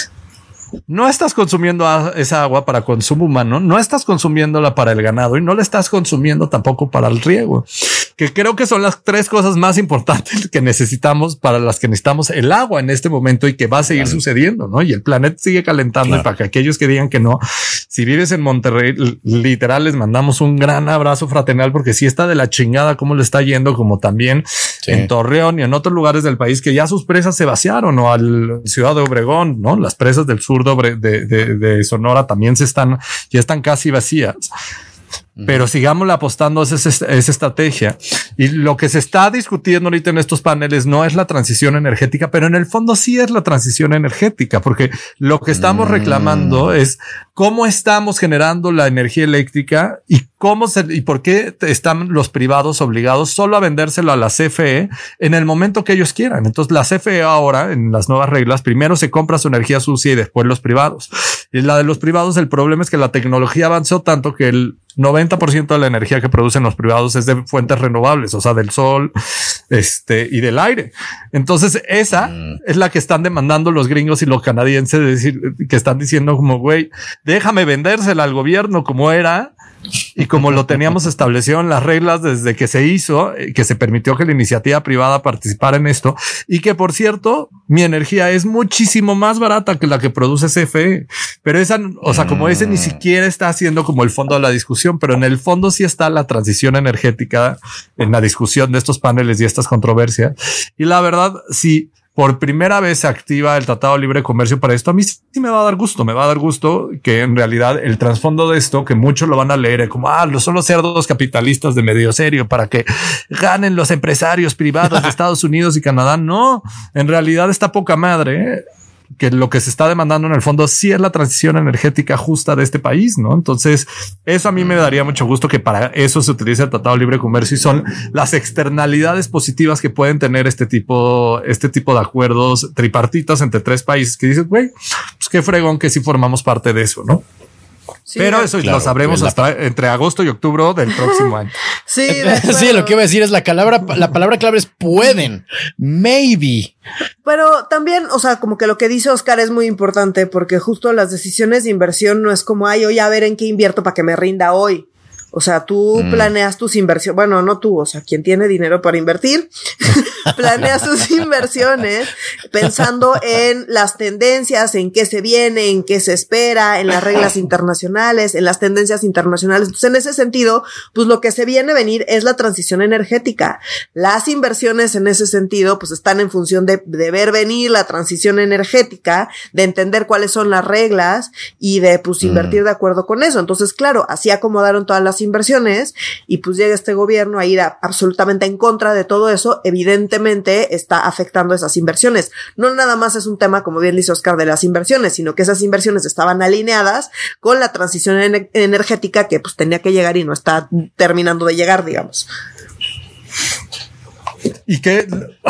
no estás consumiendo esa agua para consumo humano, no estás consumiéndola para el ganado y no la estás consumiendo tampoco para el riego, que creo que son las tres cosas más importantes que necesitamos, para las que necesitamos el agua en este momento y que va a seguir claro. sucediendo, ¿no? Y el planeta sigue calentando claro. y para que aquellos que digan que no, si vives en Monterrey, literal les mandamos un gran abrazo fraternal porque sí está de la chingada cómo le está yendo, como también sí. en Torreón y en otros lugares del país que ya sus presas se vaciaron, o al Ciudad de Obregón, ¿no? Las presas del sur De, de, de Sonora también se están, ya están casi vacías. Pero sigámosle apostando a esa, esa estrategia. Y lo que se está discutiendo ahorita en estos paneles no es la transición energética, pero en el fondo sí es la transición energética, porque lo que estamos mm. reclamando es cómo estamos generando la energía eléctrica y cómo se, y por qué están los privados obligados solo a vendérselo a la C F E en el momento que ellos quieran. Entonces la C F E ahora, en las nuevas reglas, primero se compra su energía sucia y después los privados. Y la de los privados, el problema es que la tecnología avanzó tanto que el noventa por ciento de la energía que producen los privados es de fuentes renovables, o sea, del sol, este, y del aire. Entonces esa mm. es la que están demandando los gringos y los canadienses, es decir, que están diciendo como, güey, déjame vendérsela al gobierno como era Y como lo teníamos establecido en las reglas desde que se hizo, que se permitió que la iniciativa privada participara en esto, y que por cierto, mi energía es muchísimo más barata que la que produce C F E. Pero esa, o sea, como ese ni siquiera está haciendo como el fondo de la discusión, pero en el fondo sí está la transición energética en la discusión de estos paneles y estas controversias. Y la verdad, sí, por primera vez se activa el Tratado de Libre Comercio para esto. A mí sí me va a dar gusto, me va a dar gusto que en realidad el trasfondo de esto, que muchos lo van a leer como, ah, son los cerdos capitalistas de medio serio para que ganen los empresarios privados de Estados Unidos y Canadá. No, en realidad está poca madre, ¿eh? Que lo que se está demandando en el fondo sí es la transición energética justa de este país, ¿no? Entonces, eso a mí me daría mucho gusto que para eso se utilice el Tratado de Libre Comercio y son las externalidades positivas que pueden tener este tipo, este tipo de acuerdos tripartitas entre tres países que dices, güey, pues qué fregón que sí formamos parte de eso, ¿no? Sí, pero eso claro, lo sabremos hasta la... entre agosto y octubre del próximo año. Sí, sí, lo que iba a decir es la palabra, la palabra clave es pueden, maybe. Pero también, o sea, como que lo que dice Oscar es muy importante porque justo las decisiones de inversión no es como, ay, oye, a ver en qué invierto para que me rinda hoy. O sea, tú mm. planeas tus inversiones, bueno, no tú, o sea, quien tiene dinero para invertir, planeas tus inversiones pensando en las tendencias, en qué se viene, en qué se espera, en las reglas internacionales, en las tendencias internacionales. Entonces, en ese sentido, pues lo que se viene a venir es la transición energética. Las inversiones en ese sentido, pues están en función de, de ver venir la transición energética, de entender cuáles son las reglas y de, pues, invertir mm. de acuerdo con eso. Entonces, claro, así acomodaron todas las inversiones y pues llega este gobierno a ir a, absolutamente en contra de todo eso. Evidentemente está afectando esas inversiones. No nada más es un tema, como bien dice Oscar, de las inversiones, sino que esas inversiones estaban alineadas con la transición en- energética que pues tenía que llegar y no está terminando de llegar, digamos. Y que...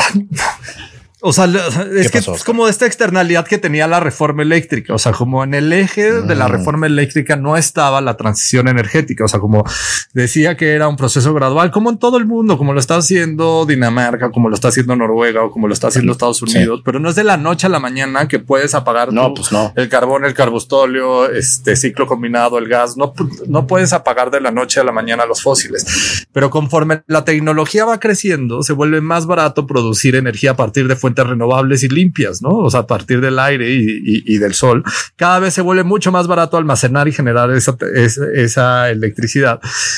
O sea, es que es como esta externalidad que tenía la reforma eléctrica. O sea, como en el eje mm. de la reforma eléctrica no estaba la transición energética. O sea, como decía que era un proceso gradual, como en todo el mundo, como lo está haciendo Dinamarca, como lo está haciendo Noruega o como lo está haciendo Estados Unidos. Sí. Pero no es de la noche a la mañana que puedes apagar no, tu, pues no. el carbón, el carbustóleo, este ciclo combinado, el gas. No, no puedes apagar de la noche a la mañana los fósiles. Pero conforme la tecnología va creciendo, se vuelve más barato producir energía a partir de fuentes renovables y limpias, ¿no? O sea, a partir del aire y, y, y del sol, cada vez se vuelve mucho más barato almacenar y generar esa, esa, esa electricidad.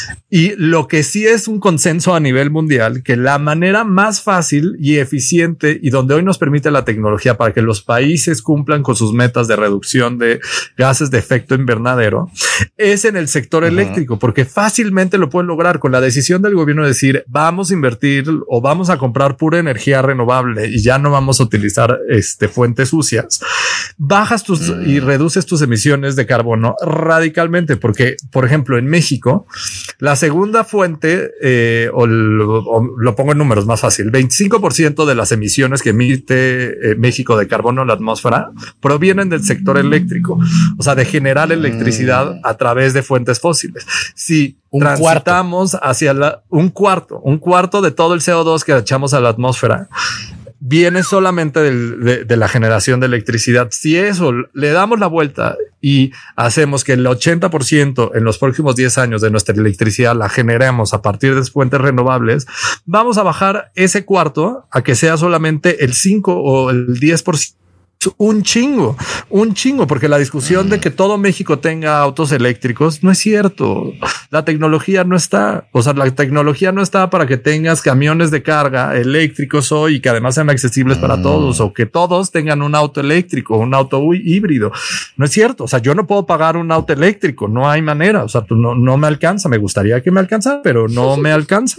Y lo que sí es un consenso a nivel mundial, que la manera más fácil y eficiente y donde hoy nos permite la tecnología para que los países cumplan con sus metas de reducción de gases de efecto invernadero es en el sector uh-huh. eléctrico, porque fácilmente lo pueden lograr con la decisión del gobierno de decir vamos a invertir o vamos a comprar pura energía renovable y ya no vamos a utilizar este fuentes sucias. Bajas tus mm. y reduces tus emisiones de carbono radicalmente, porque por ejemplo en México la segunda fuente eh, o, lo, o lo pongo en números más fácil, veinticinco por ciento de las emisiones que emite eh, México de carbono en la atmósfera provienen del sector eléctrico, o sea de generar electricidad mm. a través de fuentes fósiles. Si un transitamos cuarto. hacia la, un cuarto, un cuarto de todo el C O dos que echamos a la atmósfera viene solamente del, de, de la generación de electricidad. Si eso le damos la vuelta y hacemos que el ochenta por ciento en los próximos diez años de nuestra electricidad la generemos a partir de fuentes renovables, vamos a bajar ese cuarto a que sea solamente el cinco o el diez por ciento. Un chingo, un chingo, porque la discusión de que todo México tenga autos eléctricos no es cierto. La tecnología no está, o sea, la tecnología no está para que tengas camiones de carga eléctricos hoy y que además sean accesibles para todos, o que todos tengan un auto eléctrico, un auto híbrido. No es cierto. O sea, yo no puedo pagar un auto eléctrico, no hay manera. O sea, no, no me alcanza. Me gustaría que me alcanzara, pero no me alcanza.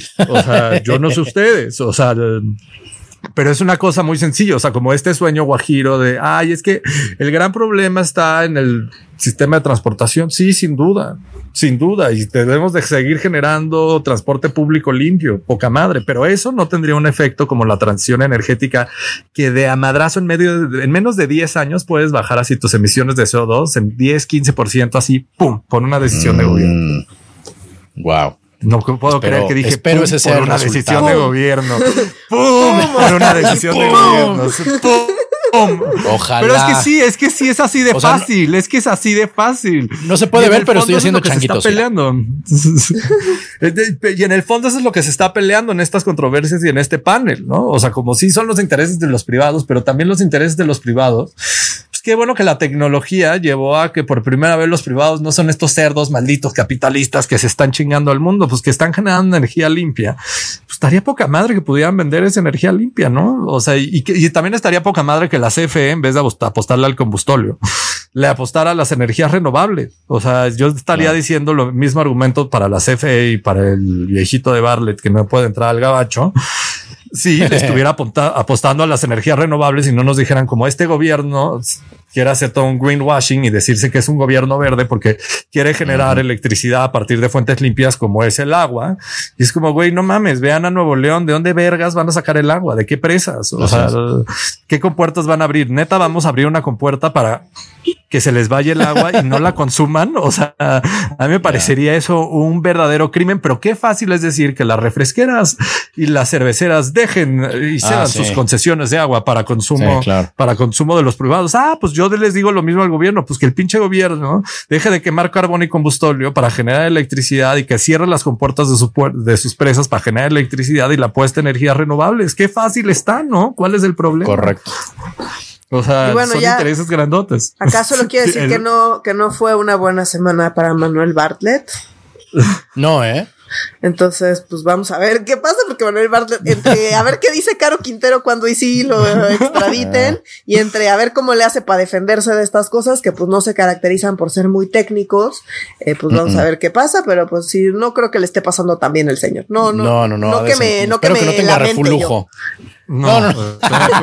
O sea, yo no sé ustedes. O sea, pero es una cosa muy sencilla, o sea, como este sueño guajiro de, ay, es que el gran problema está en el sistema de transportación. Sí, sin duda, sin duda, y debemos de seguir generando transporte público limpio, poca madre, pero eso no tendría un efecto como la transición energética, que de a madrazo en medio de, en menos de diez años puedes bajar así tus emisiones de C O dos en diez, quince por ciento así, pum, por una decisión mm. de gobierno. Wow. No puedo espero, creer que dije espero pum, ese sea por una resultado. decisión de gobierno. ¡Pum! Por una decisión ¡Pum! de gobierno. ¡Pum! Ojalá. Pero es que sí, es que sí es así de o sea, fácil, no, es que es así de fácil. No se puede ver, pero estoy haciendo changuitos. Se está peleando. Y en el fondo eso es lo que se está peleando en estas controversias y en este panel, ¿no? O sea, como sí son los intereses de los privados, pero también los intereses de los privados. Pues qué bueno que la tecnología llevó a que por primera vez los privados no son estos cerdos malditos capitalistas que se están chingando al mundo, pues que están generando energía limpia. Pues estaría poca madre que pudieran vender esa energía limpia, ¿no? O sea, y, y, y también estaría poca madre que la C F E, en vez de apostarle al combustóleo, le apostara a las energías renovables. O sea, yo estaría claro. diciendo lo mismo argumento para la C F E y para el viejito de Bartlett que no puede entrar al gabacho. Si le estuviera apostando a las energías renovables y no nos dijeran como este gobierno quiere hacer todo un greenwashing y decirse que es un gobierno verde porque quiere generar uh-huh. electricidad a partir de fuentes limpias como es el agua. Y es como, güey, no mames, vean a Nuevo León, ¿de dónde vergas van a sacar el agua? ¿De qué presas? O sea, ¿qué compuertas van a abrir? Neta, vamos a abrir una compuerta para que se les vaya el agua y no la consuman. O sea, a mí me parecería eso un verdadero crimen, pero qué fácil es decir que las refresqueras y las cerveceras dejen y cedan ah, sí. sus concesiones de agua para consumo, sí, claro. para consumo de los privados. Ah, pues yo les digo lo mismo al gobierno, pues que el pinche gobierno deje de quemar carbón y combustóleo para generar electricidad y que cierre las compuertas de, su de sus presas para generar electricidad y la puesta de energías renovables. Qué fácil está, ¿no? ¿Cuál es el problema? Correcto. O sea, bueno, son ya, intereses grandotes. ¿Acaso lo quiere decir el... que no, que no fue una buena semana para Manuel Bartlett? No, ¿eh? Entonces, pues vamos a ver qué pasa, porque Manuel Bartlett, entre a ver qué dice Caro Quintero cuando y sí lo extraditen, y entre a ver cómo le hace para defenderse de estas cosas que pues no se caracterizan por ser muy técnicos, eh, pues vamos uh-uh. a ver qué pasa, pero pues sí, no creo que le esté pasando tan bien el señor. No, no, no, no, no, no que me, no que me que no tenga reflujo. No, no, no.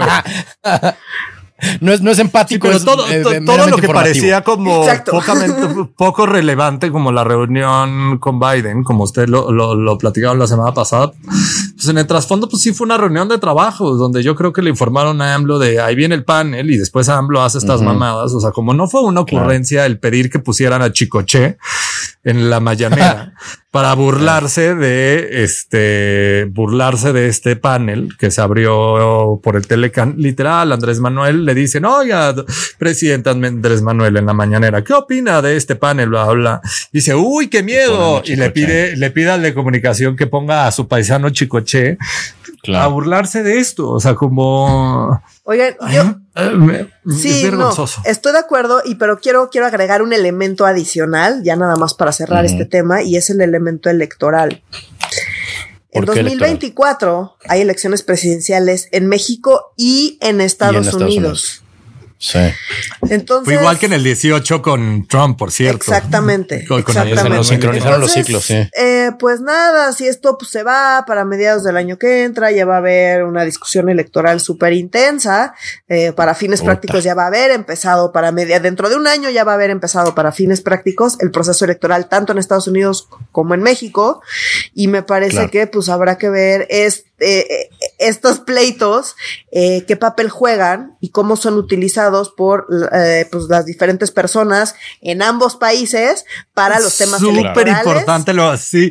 No es, no es empático, sí, pero todo, es, to, eh, todo lo que parecía como pocamente, Exacto. poco relevante, como la reunión con Biden, como usted lo, lo, lo platicaron la semana pasada, pues en el trasfondo, pues sí fue una reunión de trabajo donde yo creo que le informaron a AMLO de ahí viene el panel y después AMLO hace estas uh-huh. mamadas. O sea, como no fue una ocurrencia claro. el pedir que pusieran a Chicoche en la mañanera para burlarse de este, burlarse de este panel que se abrió por el Telecan. Literal, Andrés Manuel le dicen, oiga, presidente Andrés Manuel en la mañanera, ¿qué opina de este panel? Bla, bla. Dice, uy, qué miedo. Y le pide, le pide al de comunicación que ponga a su paisano Chicoche claro. a burlarse de esto. O sea, como... Oigan, yo... Ay, me, sí, es no, estoy de acuerdo, y pero quiero, quiero agregar un elemento adicional, ya nada más para cerrar uh-huh. este tema, y es el elemento electoral. En dos mil veinticuatro electoral? Hay elecciones presidenciales en México y en Estados, y en Estados Unidos. Unidos. Sí. Entonces, fue igual que en el dieciocho con Trump, por cierto. Exactamente. Con, con exactamente. Se nos sincronizaron Entonces, los ciclos, sí. Eh, pues nada, si esto pues, se va para mediados del año que entra, ya va a haber una discusión electoral súper intensa. Eh, para fines Puta. prácticos ya va a haber empezado para media, dentro de un año ya va a haber empezado para fines prácticos el proceso electoral tanto en Estados Unidos como en México. Y me parece claro. que pues habrá que ver este, eh, estos pleitos, eh, qué papel juegan y cómo son utilizados por eh, pues las diferentes personas en ambos países para los temas súper electorales. Súper importante lo sí,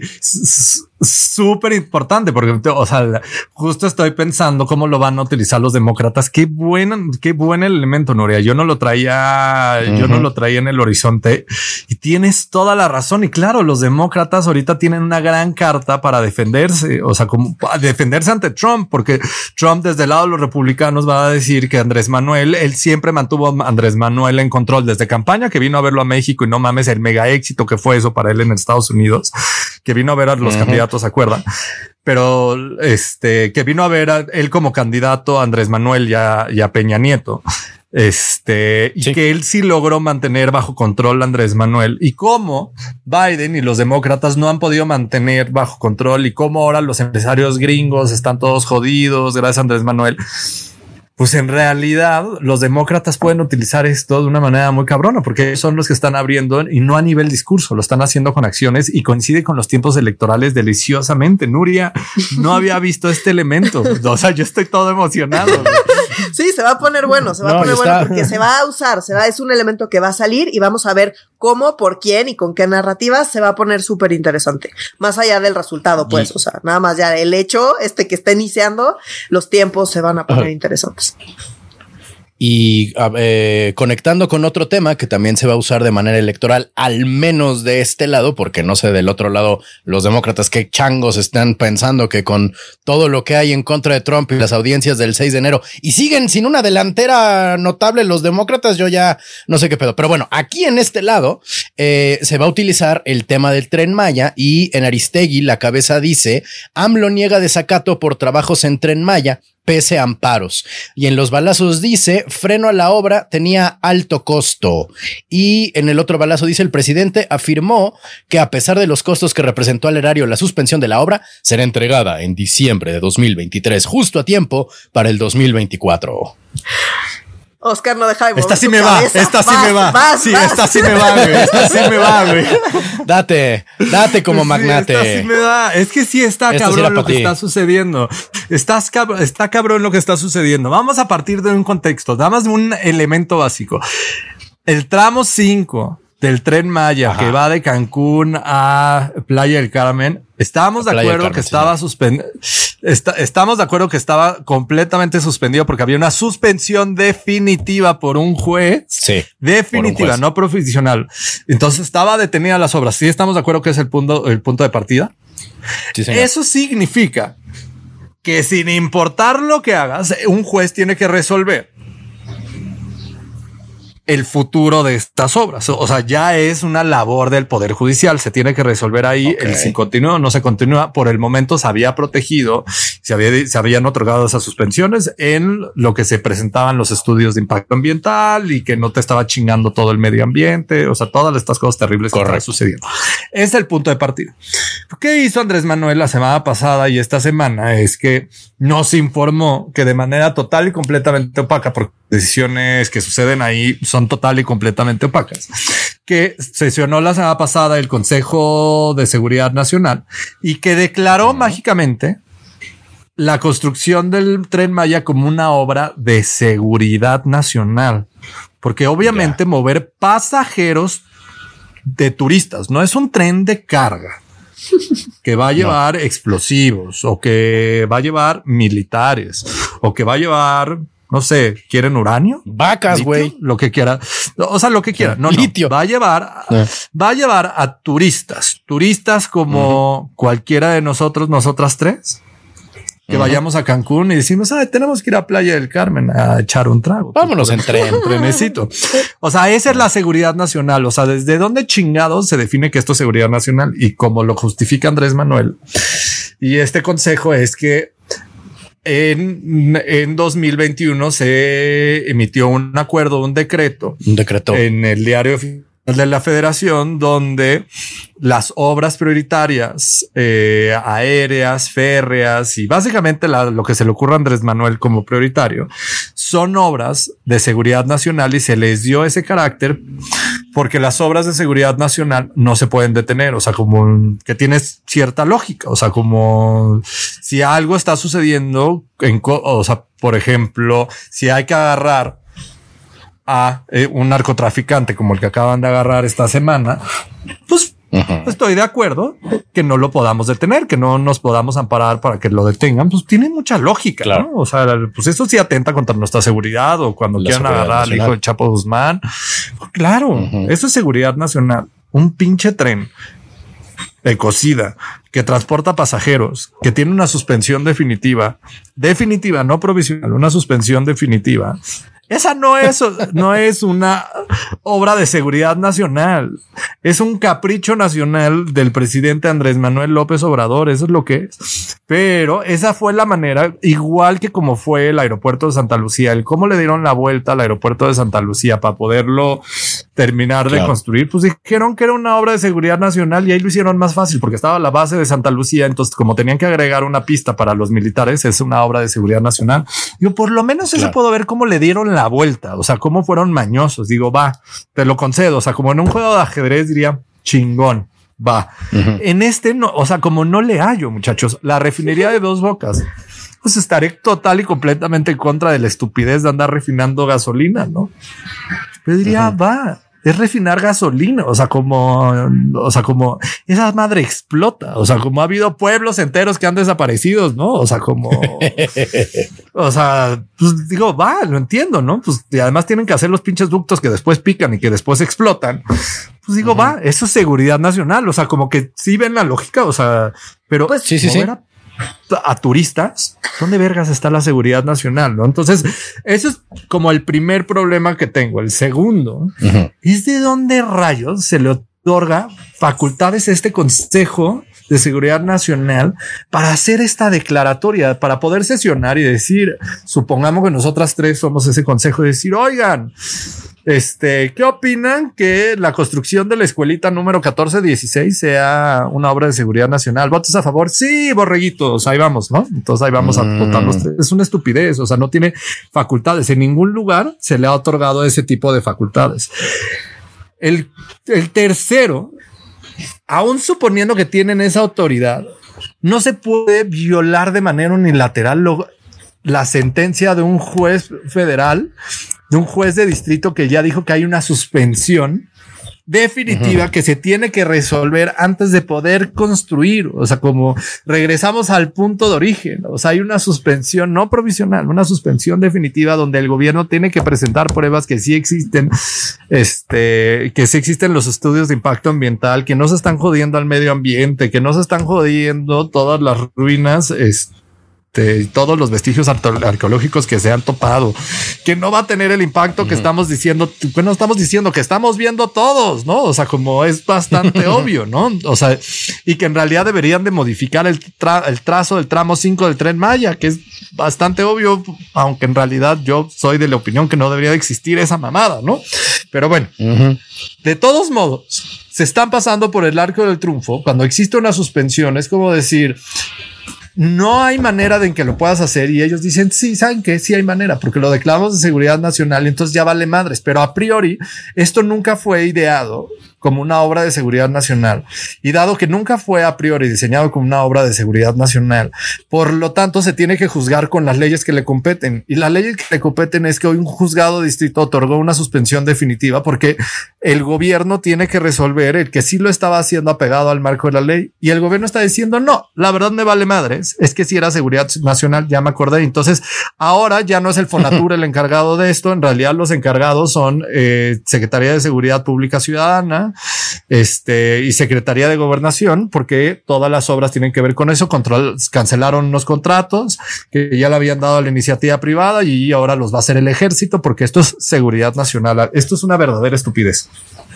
súper importante porque o sea, justo estoy pensando cómo lo van a utilizar los demócratas. Qué buen, qué buen elemento, Nuria. Yo no lo traía, uh-huh. yo no lo traía en el horizonte y tienes toda la razón. Y claro, los demócratas ahorita tienen una gran carta para defenderse, o sea, como defenderse ante Trump, porque Trump desde el lado de los republicanos va a decir que Andrés Manuel, él siempre mantuvo a Andrés Manuel en control desde campaña, que vino a verlo a México y no mames el mega éxito que fue eso para él en Estados Unidos, que vino a ver a los uh-huh. candidatos, ¿se acuerdan? Pero este, que vino a ver a él como candidato a Andrés Manuel y a, y a Peña Nieto. Este, y sí. que él sí logró mantener bajo control a Andrés Manuel, y cómo Biden y los demócratas no han podido mantener bajo control, y cómo ahora los empresarios gringos están todos jodidos gracias a Andrés Manuel. Pues en realidad los demócratas pueden utilizar esto de una manera muy cabrona, porque son los que están abriendo, y no a nivel discurso, lo están haciendo con acciones, y coincide con los tiempos electorales deliciosamente. Nuria no había visto este elemento. O sea, yo estoy todo emocionado. Sí, se va a poner bueno, se va no, a poner bueno porque se va a usar, se va, es un elemento que va a salir y vamos a ver cómo, por quién y con qué narrativas se va a poner súper interesante. Más allá del resultado, pues, sí. o sea, nada más ya el hecho, este que está iniciando, los tiempos se van a poner uh-huh. interesantes. Y eh, conectando con otro tema que también se va a usar de manera electoral, al menos de este lado, porque no sé del otro lado los demócratas qué changos están pensando que con todo lo que hay en contra de Trump y las audiencias del seis de enero y siguen sin una delantera notable los demócratas, yo ya no sé qué pedo. Pero bueno, aquí en este lado eh, se va a utilizar el tema del Tren Maya y en Aristegui la cabeza dice AMLO niega desacato por trabajos en Tren Maya pese a amparos. Y en los balazos dice, freno a la obra tenía alto costo. Y en el otro balazo dice, el presidente afirmó que a pesar de los costos que representó al erario la suspensión de la obra, será entregada en diciembre de dos mil veintitrés, justo a tiempo para el dos mil veinticuatro. Oscar no deja de mover Esta sí su me cabeza. va, esta sí vas, me va. Vas, sí, vas. esta sí me va, güey. Esta sí me va, güey. Date, date como sí, magnate. Esta sí me da. Es que sí está Esto cabrón sí lo que ti. está sucediendo. Estás cabrón, está cabrón lo que está sucediendo. Vamos a partir de un contexto, nada más de un elemento básico. El tramo cinco del Tren Maya, ajá, que va de Cancún a Playa del Carmen, estábamos de acuerdo que estaba suspendido. Está, estamos de acuerdo que estaba completamente suspendido porque había una suspensión definitiva por un juez. Sí. Definitiva, juez. No profesional. Entonces estaba detenida las obras. Sí, estamos de acuerdo que es el punto, el punto de partida. Sí, señor. Eso significa que sin importar lo que hagas, un juez tiene que resolver el futuro de estas obras. O sea, ya es una labor del Poder Judicial. Se tiene que resolver ahí okay. el si continúa o no se continúa. Por el momento se había protegido, se, había, se habían otorgado esas suspensiones en lo que se presentaban los estudios de impacto ambiental y que no te estaba chingando todo el medio ambiente. O sea, todas estas cosas terribles Correcto. que están sucediendo. Es el punto de partida. ¿Qué hizo Andrés Manuel la semana pasada y esta semana? Es que nos informó que de manera total y completamente opaca, porque decisiones que suceden ahí son total y completamente opacas, que sesionó la semana pasada el Consejo de Seguridad Nacional y que declaró uh-huh. mágicamente la construcción del Tren Maya como una obra de seguridad nacional, porque obviamente yeah. mover pasajeros de turistas no es un tren de carga que va a llevar no. explosivos o que va a llevar militares o que va a llevar, no sé, ¿quieren uranio? Vacas, güey. Lo que quiera. O sea, lo que quiera. No, litio. No. Va a llevar, yeah. va a llevar a turistas, turistas como uh-huh. cualquiera de nosotros, nosotras tres, que uh-huh. vayamos a Cancún y decimos, ah, tenemos que ir a Playa del Carmen a echar un trago. Vámonos en tren. Trenecito. O sea, esa es la seguridad nacional. O sea, ¿desde dónde chingados se define que esto es seguridad nacional? Y como lo justifica Andrés Manuel y este consejo es que En, en dos mil veintiuno se emitió un acuerdo, un decreto, un decreto en el diario oficial de la Federación, donde las obras prioritarias eh, aéreas, férreas y básicamente la, lo que se le ocurre a Andrés Manuel como prioritario son obras de seguridad nacional y se les dio ese carácter porque las obras de seguridad nacional no se pueden detener. O sea, como que tiene cierta lógica. O sea, como si algo está sucediendo en, o sea, por ejemplo, si hay que agarrar a eh, un narcotraficante como el que acaban de agarrar esta semana, pues uh-huh. estoy de acuerdo que no lo podamos detener, que no nos podamos amparar para que lo detengan. Pues tiene mucha lógica, claro. ¿no? O sea, pues eso sí atenta contra nuestra seguridad o cuando La quieran agarrar nacional. Al hijo de Chapo Guzmán. Pues claro, uh-huh. eso es seguridad nacional. Un pinche tren Ecocida que transporta pasajeros, que tiene una suspensión definitiva, definitiva, no provisional, una suspensión definitiva. Esa no es, no es una obra de seguridad nacional. Es un capricho nacional del presidente Andrés Manuel López Obrador. Eso es lo que es. Pero esa fue la manera, igual que como fue el aeropuerto de Santa Lucía, el cómo le dieron la vuelta al aeropuerto de Santa Lucía para poderlo terminar claro. de construir. Pues dijeron que era una obra de seguridad nacional y ahí lo hicieron más fácil porque estaba la base de Santa Lucía. Entonces, como tenían que agregar una pista para los militares, es una obra de seguridad nacional. Yo por lo menos claro. eso puedo ver cómo le dieron la vuelta. O sea, cómo fueron mañosos. Digo, va, te lo concedo. O sea, como en un juego de ajedrez diría chingón. Va. Uh-huh. En este no, o sea, como no le hallo, muchachos, la refinería de Dos Bocas, pues estaré total y completamente en contra de la estupidez de andar refinando gasolina, ¿no? Pero diría, uh-huh. va, es refinar gasolina. O sea, como, o sea, como esa madre explota. O sea, como ha habido pueblos enteros que han desaparecido, ¿no? O sea, como, o sea, pues digo, va, lo entiendo, ¿no? Pues y además tienen que hacer los pinches ductos que después pican y que después explotan. Pues digo, uh-huh. va, eso es seguridad nacional. O sea, como que sí ven la lógica. O sea, pero pues sí, sí, sí. A, a turistas, ¿dónde vergas está la seguridad nacional? ¿No? Entonces, eso es como el primer problema que tengo. El segundo uh-huh. es de dónde rayos se le otorga facultades a este Consejo de Seguridad Nacional para hacer esta declaratoria, para poder sesionar y decir, supongamos que nosotras tres somos ese consejo, y decir, oigan, este, ¿qué opinan que la construcción de la escuelita número catorce dieciséis sea una obra de seguridad nacional? ¿Votos a favor? Sí, borreguitos, ahí vamos, ¿no? Entonces ahí vamos mm. a votar los tres. Es una estupidez, o sea, no tiene facultades. En ningún lugar se le ha otorgado ese tipo de facultades. El, el tercero, aún suponiendo que tienen esa autoridad, no se puede violar de manera unilateral lo, la sentencia de un juez federal, de un juez de distrito que ya dijo que hay una suspensión definitiva uh-huh. que se tiene que resolver antes de poder construir. O sea, como regresamos al punto de origen. O sea, hay una suspensión no provisional, una suspensión definitiva donde el gobierno tiene que presentar pruebas que sí existen, este, que sí existen los estudios de impacto ambiental, que no se están jodiendo al medio ambiente, que no se están jodiendo todas las ruinas, este, y todos los vestigios arqueológicos que se han topado, que no va a tener el impacto uh-huh. que estamos diciendo, que no estamos diciendo, que estamos viendo todos, ¿no? O sea, como es bastante obvio, ¿no? O sea, y que en realidad deberían de modificar el, tra- el trazo del tramo cinco del Tren Maya, que es bastante obvio, aunque en realidad yo soy de la opinión que no debería de existir esa mamada, ¿no? Pero bueno, uh-huh. de todos modos, se están pasando por el arco del triunfo. Cuando existe una suspensión, es como decir, no hay manera de en que lo puedas hacer, y ellos dicen, sí, ¿saben qué? Sí hay manera, porque lo declaramos de seguridad nacional y entonces ya vale madres, pero a priori esto nunca fue ideado como una obra de seguridad nacional, y dado que nunca fue a priori diseñado como una obra de seguridad nacional, por lo tanto se tiene que juzgar con las leyes que le competen, y las leyes que le competen es que hoy un juzgado de distrito otorgó una suspensión definitiva porque el gobierno tiene que resolver el que sí lo estaba haciendo apegado al marco de la ley, y el gobierno está diciendo, no, la verdad me vale madres, es que si era seguridad nacional, ya me acordé. Entonces ahora ya no es el Fonatur el encargado de esto, en realidad los encargados son eh, Secretaría de Seguridad Pública Ciudadana, este, y Secretaría de Gobernación, porque todas las obras tienen que ver con eso. Control, cancelaron unos contratos que ya le habían dado a la iniciativa privada y ahora los va a hacer el ejército, porque esto es seguridad nacional. Esto es una verdadera estupidez.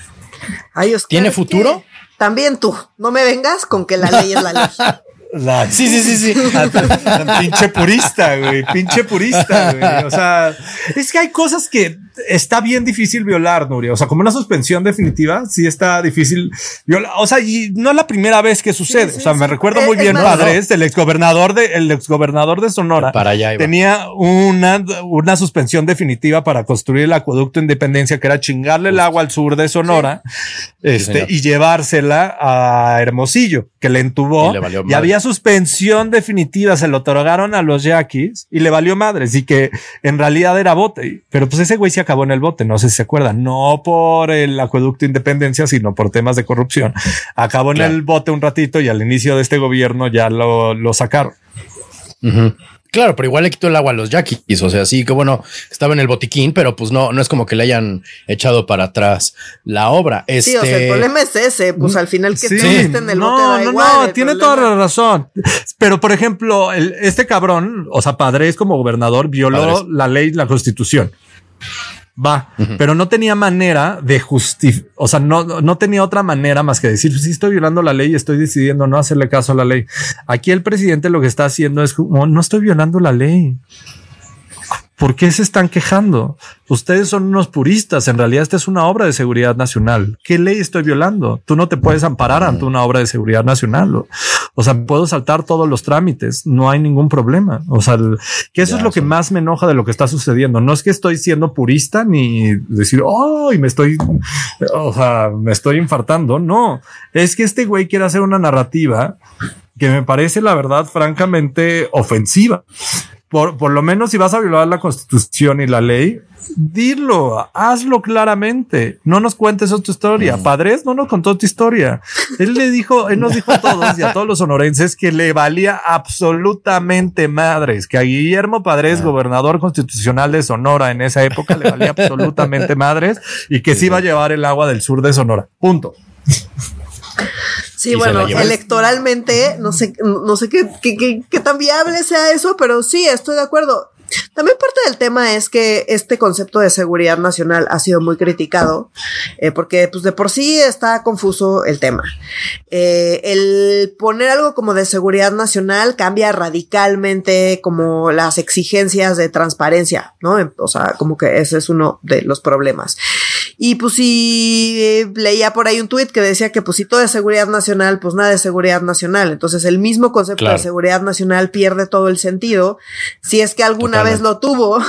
Ay, Oscar, ¿tiene futuro? También tú, no me vengas con que la ley es la ley. La, sí, sí, sí, sí. Pinche purista, güey. Pinche purista, güey. O sea, es que hay cosas que está bien difícil violar, Nuria. O sea, como una suspensión definitiva, sí está difícil violar. O sea, y no es la primera vez que sucede. Sí, sí, o sea, sí. me recuerdo muy eh, bien, Padres, no. el exgobernador de, el exgobernador de Sonora para allá iba. tenía una, una suspensión definitiva para construir el acueducto Independencia, que era chingarle el agua al sur de Sonora, sí. este, sí, y llevársela a Hermosillo, que le entubó. Y, le valió y había suspensión definitiva, se lo otorgaron a los yaquis y le valió madres, y que en realidad era bote. Pero pues ese güey se acabó en el bote, no sé si se acuerdan, no por el acueducto Independencia, sino por temas de corrupción. Acabó claro. en el bote un ratito y al inicio de este gobierno ya lo, lo sacaron. Uh-huh. Claro, pero igual le quitó el agua a los yaquis. O sea, sí que bueno, estaba en el botiquín, pero pues no, no es como que le hayan echado para atrás la obra. Este... Sí, o sea, el problema es ese, pues al final que sí. esté en el no, bote da no, igual. No, tiene problema. Toda la razón. Pero por ejemplo, el, este cabrón, o sea, Padres como gobernador violó Padres. la ley, la Constitución. Va, uh-huh. pero no tenía manera de justificar, o sea, no, no tenía otra manera más que decir, sí estoy violando la ley y estoy decidiendo no hacerle caso a la ley. Aquí el presidente lo que está haciendo es, no, no estoy violando la ley. ¿Por qué se están quejando? Ustedes son unos puristas. En realidad esta es una obra de seguridad nacional. ¿Qué ley estoy violando? Tú no te puedes amparar ante una obra de seguridad nacional. O, o sea, puedo saltar todos los trámites. No hay ningún problema. O sea, el, que eso ya, es lo sí. que más me enoja de lo que está sucediendo. No es que estoy siendo purista ni decir, oh, y me estoy, o sea, me estoy infartando. No, es que este güey quiere hacer una narrativa que me parece, la verdad, francamente ofensiva. por, por lo menos si vas a violar la Constitución y la ley, dilo, hazlo claramente. No nos cuentes otra historia. Padres no nos contó tu historia. Él le dijo, él nos dijo a todos y a todos los sonorenses que le valía absolutamente madres, que a Guillermo Padres, gobernador constitucional de Sonora en esa época, le valía absolutamente madres y que sí iba a llevar el agua del sur de Sonora. Punto. Sí, bueno, electoralmente no sé, no sé qué, qué, qué, qué tan viable sea eso, pero sí, estoy de acuerdo. También parte del tema es que este concepto de seguridad nacional ha sido muy criticado, eh, porque pues de por sí está confuso el tema. Eh, el poner algo como de seguridad nacional cambia radicalmente como las exigencias de transparencia, ¿no? O sea, como que ese es uno de los problemas. Y pues sí, eh, leía por ahí un tuit que decía que pues si todo es seguridad nacional, pues nada es seguridad nacional. Entonces el mismo concepto claro. de seguridad nacional pierde todo el sentido si es que alguna Totalmente. vez lo tuvo,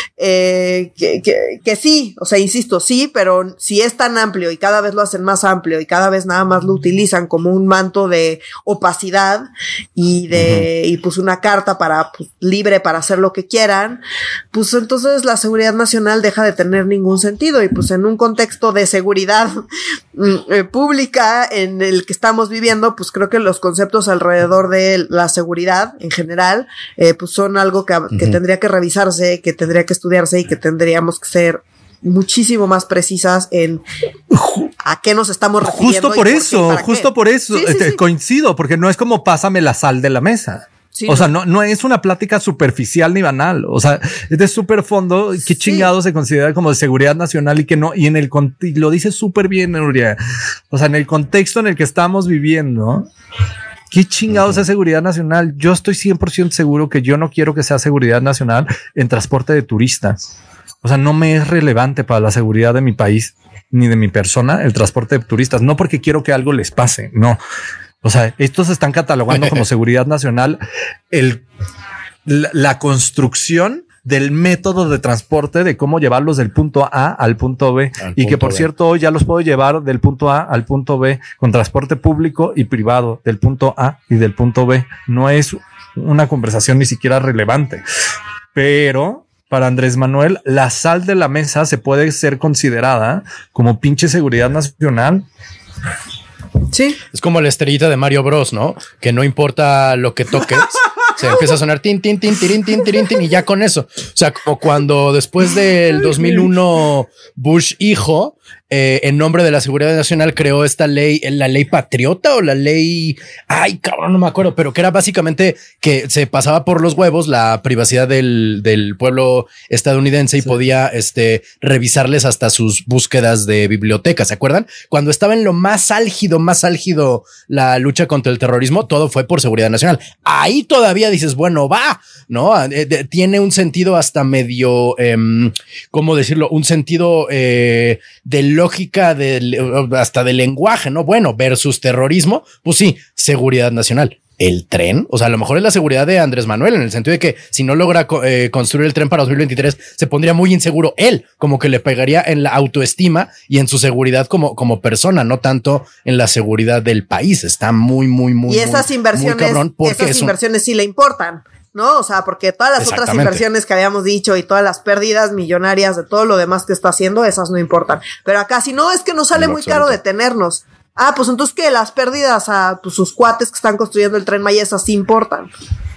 eh, que, que, que sí, o sea, insisto, sí, pero si es tan amplio y cada vez lo hacen más amplio y cada vez nada más lo utilizan como un manto de opacidad y de, uh-huh. y pues una carta para, pues, libre para hacer lo que quieran, pues entonces la seguridad nacional deja de tener ningún sentido y pues en un contexto de seguridad eh, pública en el que estamos viviendo, pues creo que los conceptos alrededor de la seguridad en general, eh, pues son algo que, uh-huh. que tendría que revisarse, que tendría que estudiarse y que tendríamos que ser muchísimo más precisas en a qué nos estamos refiriendo. Justo por eso, justo por eso sí, sí, sí. coincido, porque no es como pásame la sal de la mesa. Sí, o no. sea, no, no es una plática superficial ni banal. O sea, es de súper fondo. ¿Qué sí. chingado se considera como de seguridad nacional y que no? Y en el, y lo dice súper bien, Nuria. O sea, en el contexto en el que estamos viviendo, ¿qué chingados uh-huh. es seguridad nacional? Yo estoy cien por ciento seguro que yo no quiero que sea seguridad nacional en transporte de turistas. O sea, no me es relevante para la seguridad de mi país ni de mi persona el transporte de turistas. No porque quiero que algo les pase, no. O sea, estos están catalogando como seguridad nacional el, la, la construcción del método de transporte, de cómo llevarlos del punto A al punto B. Al y punto que, por B. cierto, hoy ya los puedo llevar del punto A al punto B con transporte público y privado, del punto A y del punto B. No es una conversación ni siquiera relevante. Pero para Andrés Manuel, la sal de la mesa se puede ser considerada como pinche seguridad nacional. Sí. Es como la estrellita de Mario Bros, ¿no? Que no importa lo que toques, se empieza a sonar tin, tin, tin, tirin, tin, tirin, tin, y ya con eso. O sea, como cuando después del dos mil uno Bush hijo, eh, en nombre de la seguridad nacional creó esta ley, la ley patriota o la ley, ay, cabrón, no me acuerdo, pero que era básicamente que se pasaba por los huevos la privacidad del, del pueblo estadounidense y sí. podía, este, revisarles hasta sus búsquedas de biblioteca. ¿Se acuerdan? Cuando estaba en lo más álgido, más álgido la lucha contra el terrorismo, todo fue por seguridad nacional. Ahí todavía dices, bueno, va, ¿no? Eh, de, tiene un sentido hasta medio, eh, ¿cómo decirlo? Un sentido eh, de lógica de, hasta de lenguaje, ¿no? Bueno, versus terrorismo, pues sí, seguridad nacional. El tren, o sea, a lo mejor es la seguridad de Andrés Manuel, en el sentido de que si no logra eh, construir el tren para dos mil veintitrés, se pondría muy inseguro él, como que le pegaría en la autoestima y en su seguridad como, como persona, no tanto en la seguridad del país. Está muy, muy, muy, y esas muy, inversiones, muy cabrón porque esas inversiones un... sí le importan, ¿no? O sea, porque todas las otras inversiones que habíamos dicho y todas las pérdidas millonarias de todo lo demás que está haciendo, esas no importan. Pero acá, si no, es que nos sale no, muy caro detenernos. Ah, pues entonces que las pérdidas a pues, sus cuates que están construyendo el Tren Maya, esas sí importan.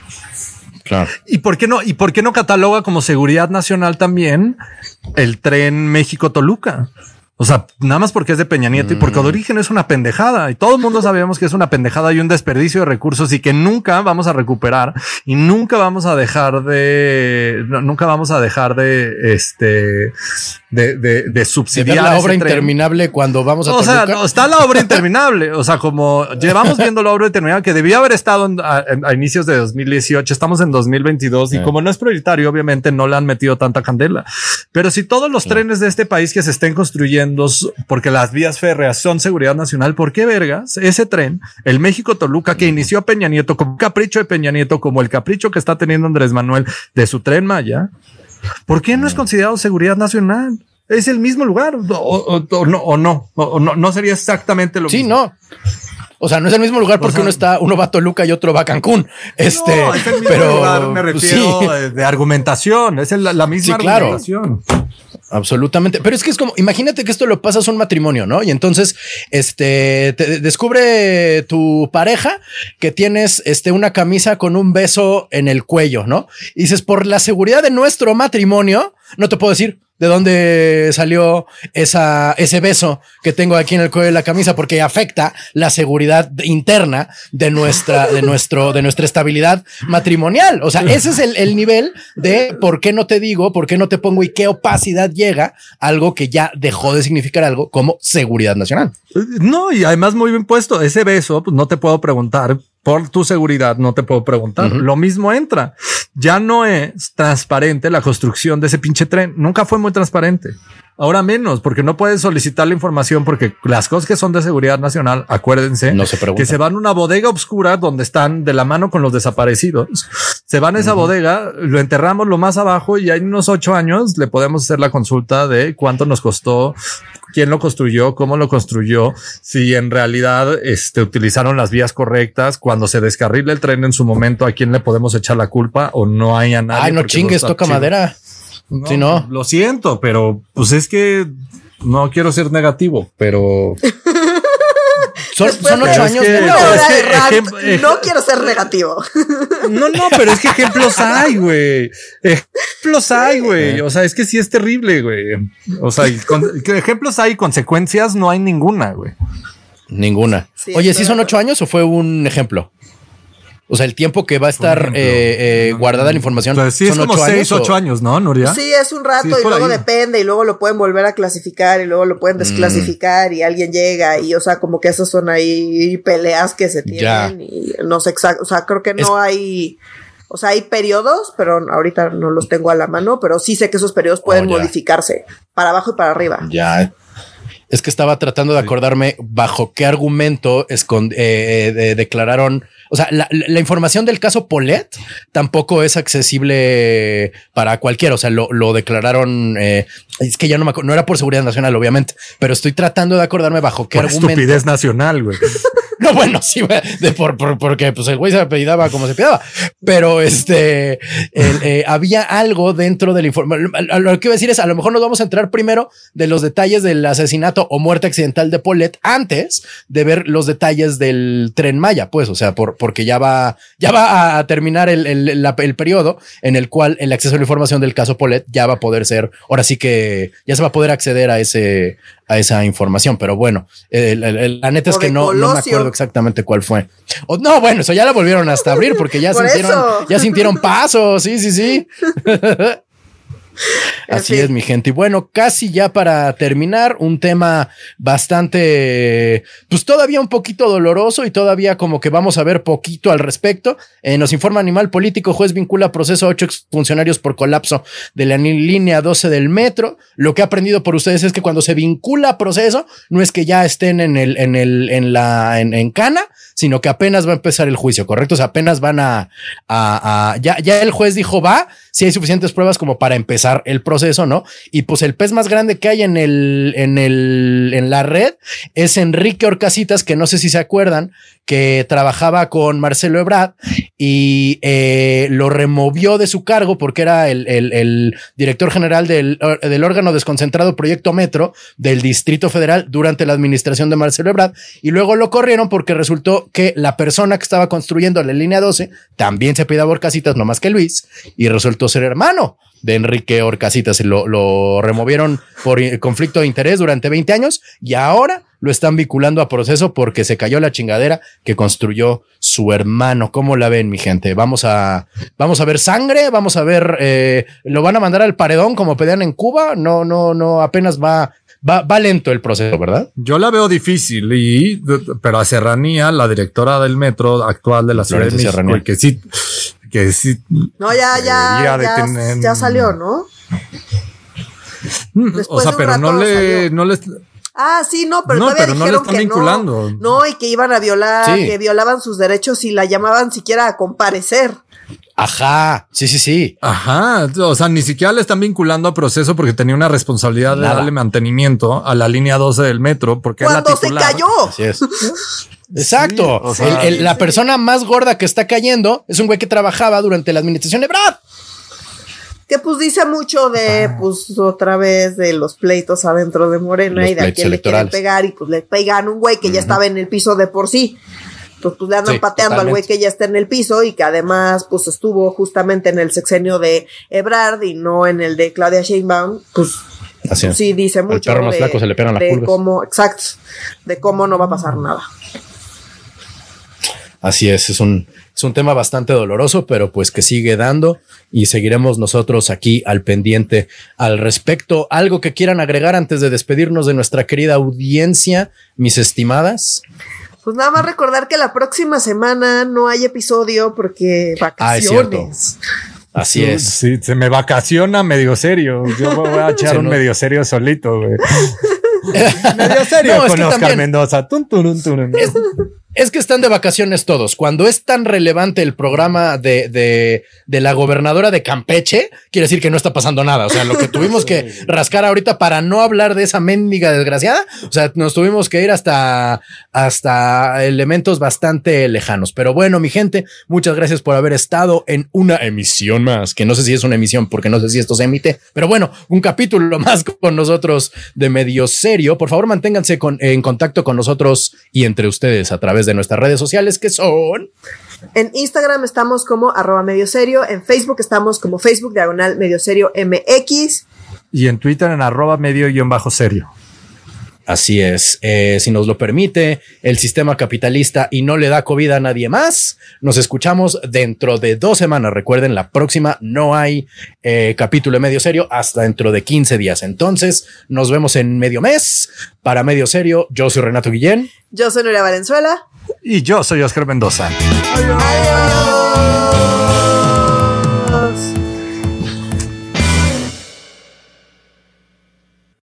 Claro. ¿Y por qué no? ¿Y por qué no cataloga como seguridad nacional también el tren México-Toluca? O sea, nada más porque es de Peña Nieto mm. y porque de origen es una pendejada y todo el mundo sabemos que es una pendejada y un desperdicio de recursos y que nunca vamos a recuperar y nunca vamos a dejar de, no, nunca vamos a dejar de, este, de, de, de subsidiar de ver la obra tren. interminable cuando vamos a O Toluca. sea, no, está la obra interminable. O sea, como llevamos viendo la obra interminable que debía haber estado en, a, a inicios de dos mil dieciocho, estamos en dos mil veintidós y eh. como no es prioritario, obviamente no le han metido tanta candela. Pero si todos los no. trenes de este país que se estén construyendo porque las vías férreas son seguridad nacional, ¿por qué vergas ese tren, el México-Toluca, que inició Peña Nieto como capricho de Peña Nieto, como el capricho que está teniendo Andrés Manuel de su Tren Maya, ¿por qué no es considerado seguridad nacional? Es el mismo lugar o, o, o no, o no, o no, no sería exactamente lo sí, mismo. Sí, no. O sea, no es el mismo lugar porque o sea, uno está, uno va a Toluca y otro va a Cancún. Este, no, es el mismo pero lugar, me refiero sí. de, de argumentación. Es el, la misma sí, claro. argumentación. Absolutamente. Pero es que es como, imagínate que esto lo pasas a un matrimonio, ¿no? Y entonces, este, te descubre tu pareja que tienes, este, una camisa con un beso en el cuello, ¿no? Y dices, por la seguridad de nuestro matrimonio, no te puedo decir de dónde salió esa, ese beso que tengo aquí en el cuello de la camisa, porque afecta la seguridad interna de nuestra, de nuestro, de nuestra estabilidad matrimonial. O sea, ese es el, el nivel de por qué no te digo, por qué no te pongo y qué opacidad llega algo que ya dejó de significar algo como seguridad nacional. No, y además muy bien puesto ese beso, pues no te puedo preguntar. Por tu seguridad no te puedo preguntar. Uh-huh. Lo mismo entra. Ya no es transparente la construcción de ese pinche tren. Nunca fue muy transparente. Ahora menos, porque no puedes solicitar la información porque las cosas que son de seguridad nacional, acuérdense, no se que se van a una bodega oscura donde están de la mano con los desaparecidos. Se van a esa uh-huh. bodega, lo enterramos lo más abajo y en unos ocho años le podemos hacer la consulta de cuánto nos costó, quién lo construyó, cómo lo construyó, si en realidad este, utilizaron las vías correctas, cuando se descarrile el tren en su momento, a quién le podemos echar la culpa o no hay a nadie. Ay, no chingues, toca madera. No, sí, no. Lo siento, pero pues es que no quiero ser negativo, pero... Son, son ocho años. Que, de no, es que, ejem- no quiero ser negativo. No, no, pero es que ejemplos hay, güey. Ejemplos hay, güey. O sea, es que sí es terrible, güey. O sea, con, ejemplos hay, consecuencias no hay ninguna, güey. Ninguna. Sí, Oye, ¿sí son ocho años o fue un ejemplo? O sea, el tiempo que va a estar eh, eh, guardada la información. Entonces, sí, son es como seis, ocho años, ¿no, Nuria? Sí, es un rato sí, y luego ahí. depende y luego lo pueden volver a clasificar y luego lo pueden desclasificar mm. y alguien llega y, o sea, como que esas son ahí peleas que se tienen ya. y no sé exacto, o sea, creo que no es... hay, o sea, hay periodos, pero ahorita no los tengo a la mano, pero sí sé que esos periodos pueden oh, modificarse para abajo y para arriba. Ya. Es que estaba tratando de acordarme bajo qué argumento escond- eh, de, declararon. O sea, la, la información del caso Polet tampoco es accesible para cualquiera. O sea, lo, lo declararon. Eh, es que ya no me acuerdo. No era por seguridad nacional, obviamente, pero estoy tratando de acordarme bajo qué por argumento. Estupidez nacional, güey. No, bueno, sí, de por, por, porque pues el güey se apellidaba como se apellidaba, pero este el, eh, había algo dentro del informe. Lo que iba a decir es: a lo mejor nos vamos a entrar primero de los detalles del asesinato o muerte accidental de Polet antes de ver los detalles del Tren Maya, pues, o sea, por, porque ya va, ya va a terminar el, el, la, el periodo en el cual el acceso a la información del caso Polet ya va a poder ser. Ahora sí que ya se va a poder acceder a ese, a esa información, pero bueno, el, el, el, la neta es que no, no me acuerdo exactamente cuál fue. O, no, bueno, eso ya la volvieron hasta abrir porque ya sintieron, eso. ya sintieron pasos. Sí, sí, sí. Así sí. es, mi gente. Y bueno, casi ya para terminar, un tema bastante, pues todavía un poquito doloroso y todavía como que vamos a ver poquito al respecto. Eh, nos informa Animal Político: juez vincula proceso a ocho exfuncionarios por colapso de la línea doce del metro. Lo que he aprendido por ustedes es que cuando se vincula proceso, no es que ya estén en el, en el, en la, en, en cana, sino que apenas va a empezar el juicio, ¿correcto? O sea, apenas van a, a, a ya, ya el juez dijo va, si hay suficientes pruebas como para empezar el proceso, ¿no? Y pues el pez más grande que hay en el, en el, en la red es Enrique Orcasitas, que no sé si se acuerdan, que trabajaba con Marcelo Ebrard y eh, lo removió de su cargo porque era el, el, el director general del, del órgano desconcentrado Proyecto Metro del Distrito Federal durante la administración de Marcelo Ebrard, y luego lo corrieron porque resultó que la persona que estaba construyendo la línea doce también se apellidaba Orcasitas, no más que Luis, y resultó ser hermano de Enrique Orcasitas. Lo, lo removieron por conflicto de interés durante veinte años y ahora lo están vinculando a proceso porque se cayó la chingadera que construyó su hermano. ¿Cómo la ven, mi gente? Vamos a, vamos a ver sangre, vamos a ver, eh, lo van a mandar al paredón como pedían en Cuba. No, no, no, apenas va, va, va lento el proceso, ¿verdad? Yo la veo difícil y, pero a Serranía, la directora del metro actual de la Ciudad de México, y que sí, que sí. No, ya, ya, ya, tener... ya salió, ¿no? Después o sea, pero no le, no les. Ah, sí, no, pero no, todavía pero dijeron no le están que vinculando. No, no, y que iban a violar, sí. que violaban sus derechos y la llamaban siquiera a comparecer. Ajá, sí, sí, sí. Ajá, o sea, ni siquiera le están vinculando a proceso porque tenía una responsabilidad de Nada. darle mantenimiento a la línea doce del metro porque cuando es la titular. se cayó. Así es. Exacto. Sí, o sea, el, el, la persona más gorda que está cayendo es un güey que trabajaba durante la administración de Brad. Que pues dice mucho de, ah. pues otra vez, de los pleitos adentro de Morena los y de a quién le quieren pegar y pues le pegan un güey que uh-huh. ya estaba en el piso de por sí. Entonces pues le andan sí, pateando totalmente. Al güey que ya está en el piso y que además pues estuvo justamente en el sexenio de Ebrard y no en el de Claudia Sheinbaum, pues, pues sí dice mucho perro más de, flaco se le pegan las de pulgas. Cómo, exacto, de cómo no va a pasar nada. Así es, es un, es un tema bastante doloroso, pero pues que sigue dando y seguiremos nosotros aquí al pendiente al respecto. ¿Algo que quieran agregar antes de despedirnos de nuestra querida audiencia, mis estimadas? Pues nada más recordar que la próxima semana no hay episodio porque vacaciones. Ah, Así es. Sí, se me vacaciona medio serio. Yo voy a echar un no... medio serio solito, güey. medio serio no, con Oscar también... Mendoza. Tun, tun, tun, es, es que están de vacaciones todos. Cuando es tan relevante el programa de, de, de la gobernadora de Campeche, quiere decir que no está pasando nada. O sea, lo que tuvimos que rascar ahorita para no hablar de esa mendiga desgraciada, o sea, nos tuvimos que ir hasta, hasta elementos bastante lejanos. Pero bueno, mi gente, muchas gracias por haber estado en una emisión más, que no sé si es una emisión porque no sé si esto se emite, pero bueno, un capítulo más con nosotros de Medio Serio. Por favor, manténganse con, en contacto con nosotros y entre ustedes a través de nuestras redes sociales, que son... En Instagram estamos como arroba medio serio, en Facebook estamos como Facebook diagonal medio serio M X y en Twitter en arroba medio guión bajo serio. Así es, eh, si nos lo permite el sistema capitalista y no le da COVID a nadie más, nos escuchamos dentro de dos semanas. Recuerden, la próxima no hay eh, capítulo de Medio Serio hasta dentro de quince días. Entonces nos vemos en medio mes. Para Medio Serio, yo soy Renato Guillén. Yo soy Nuria Valenzuela. Y yo soy Oscar Mendoza. Adiós. Adiós.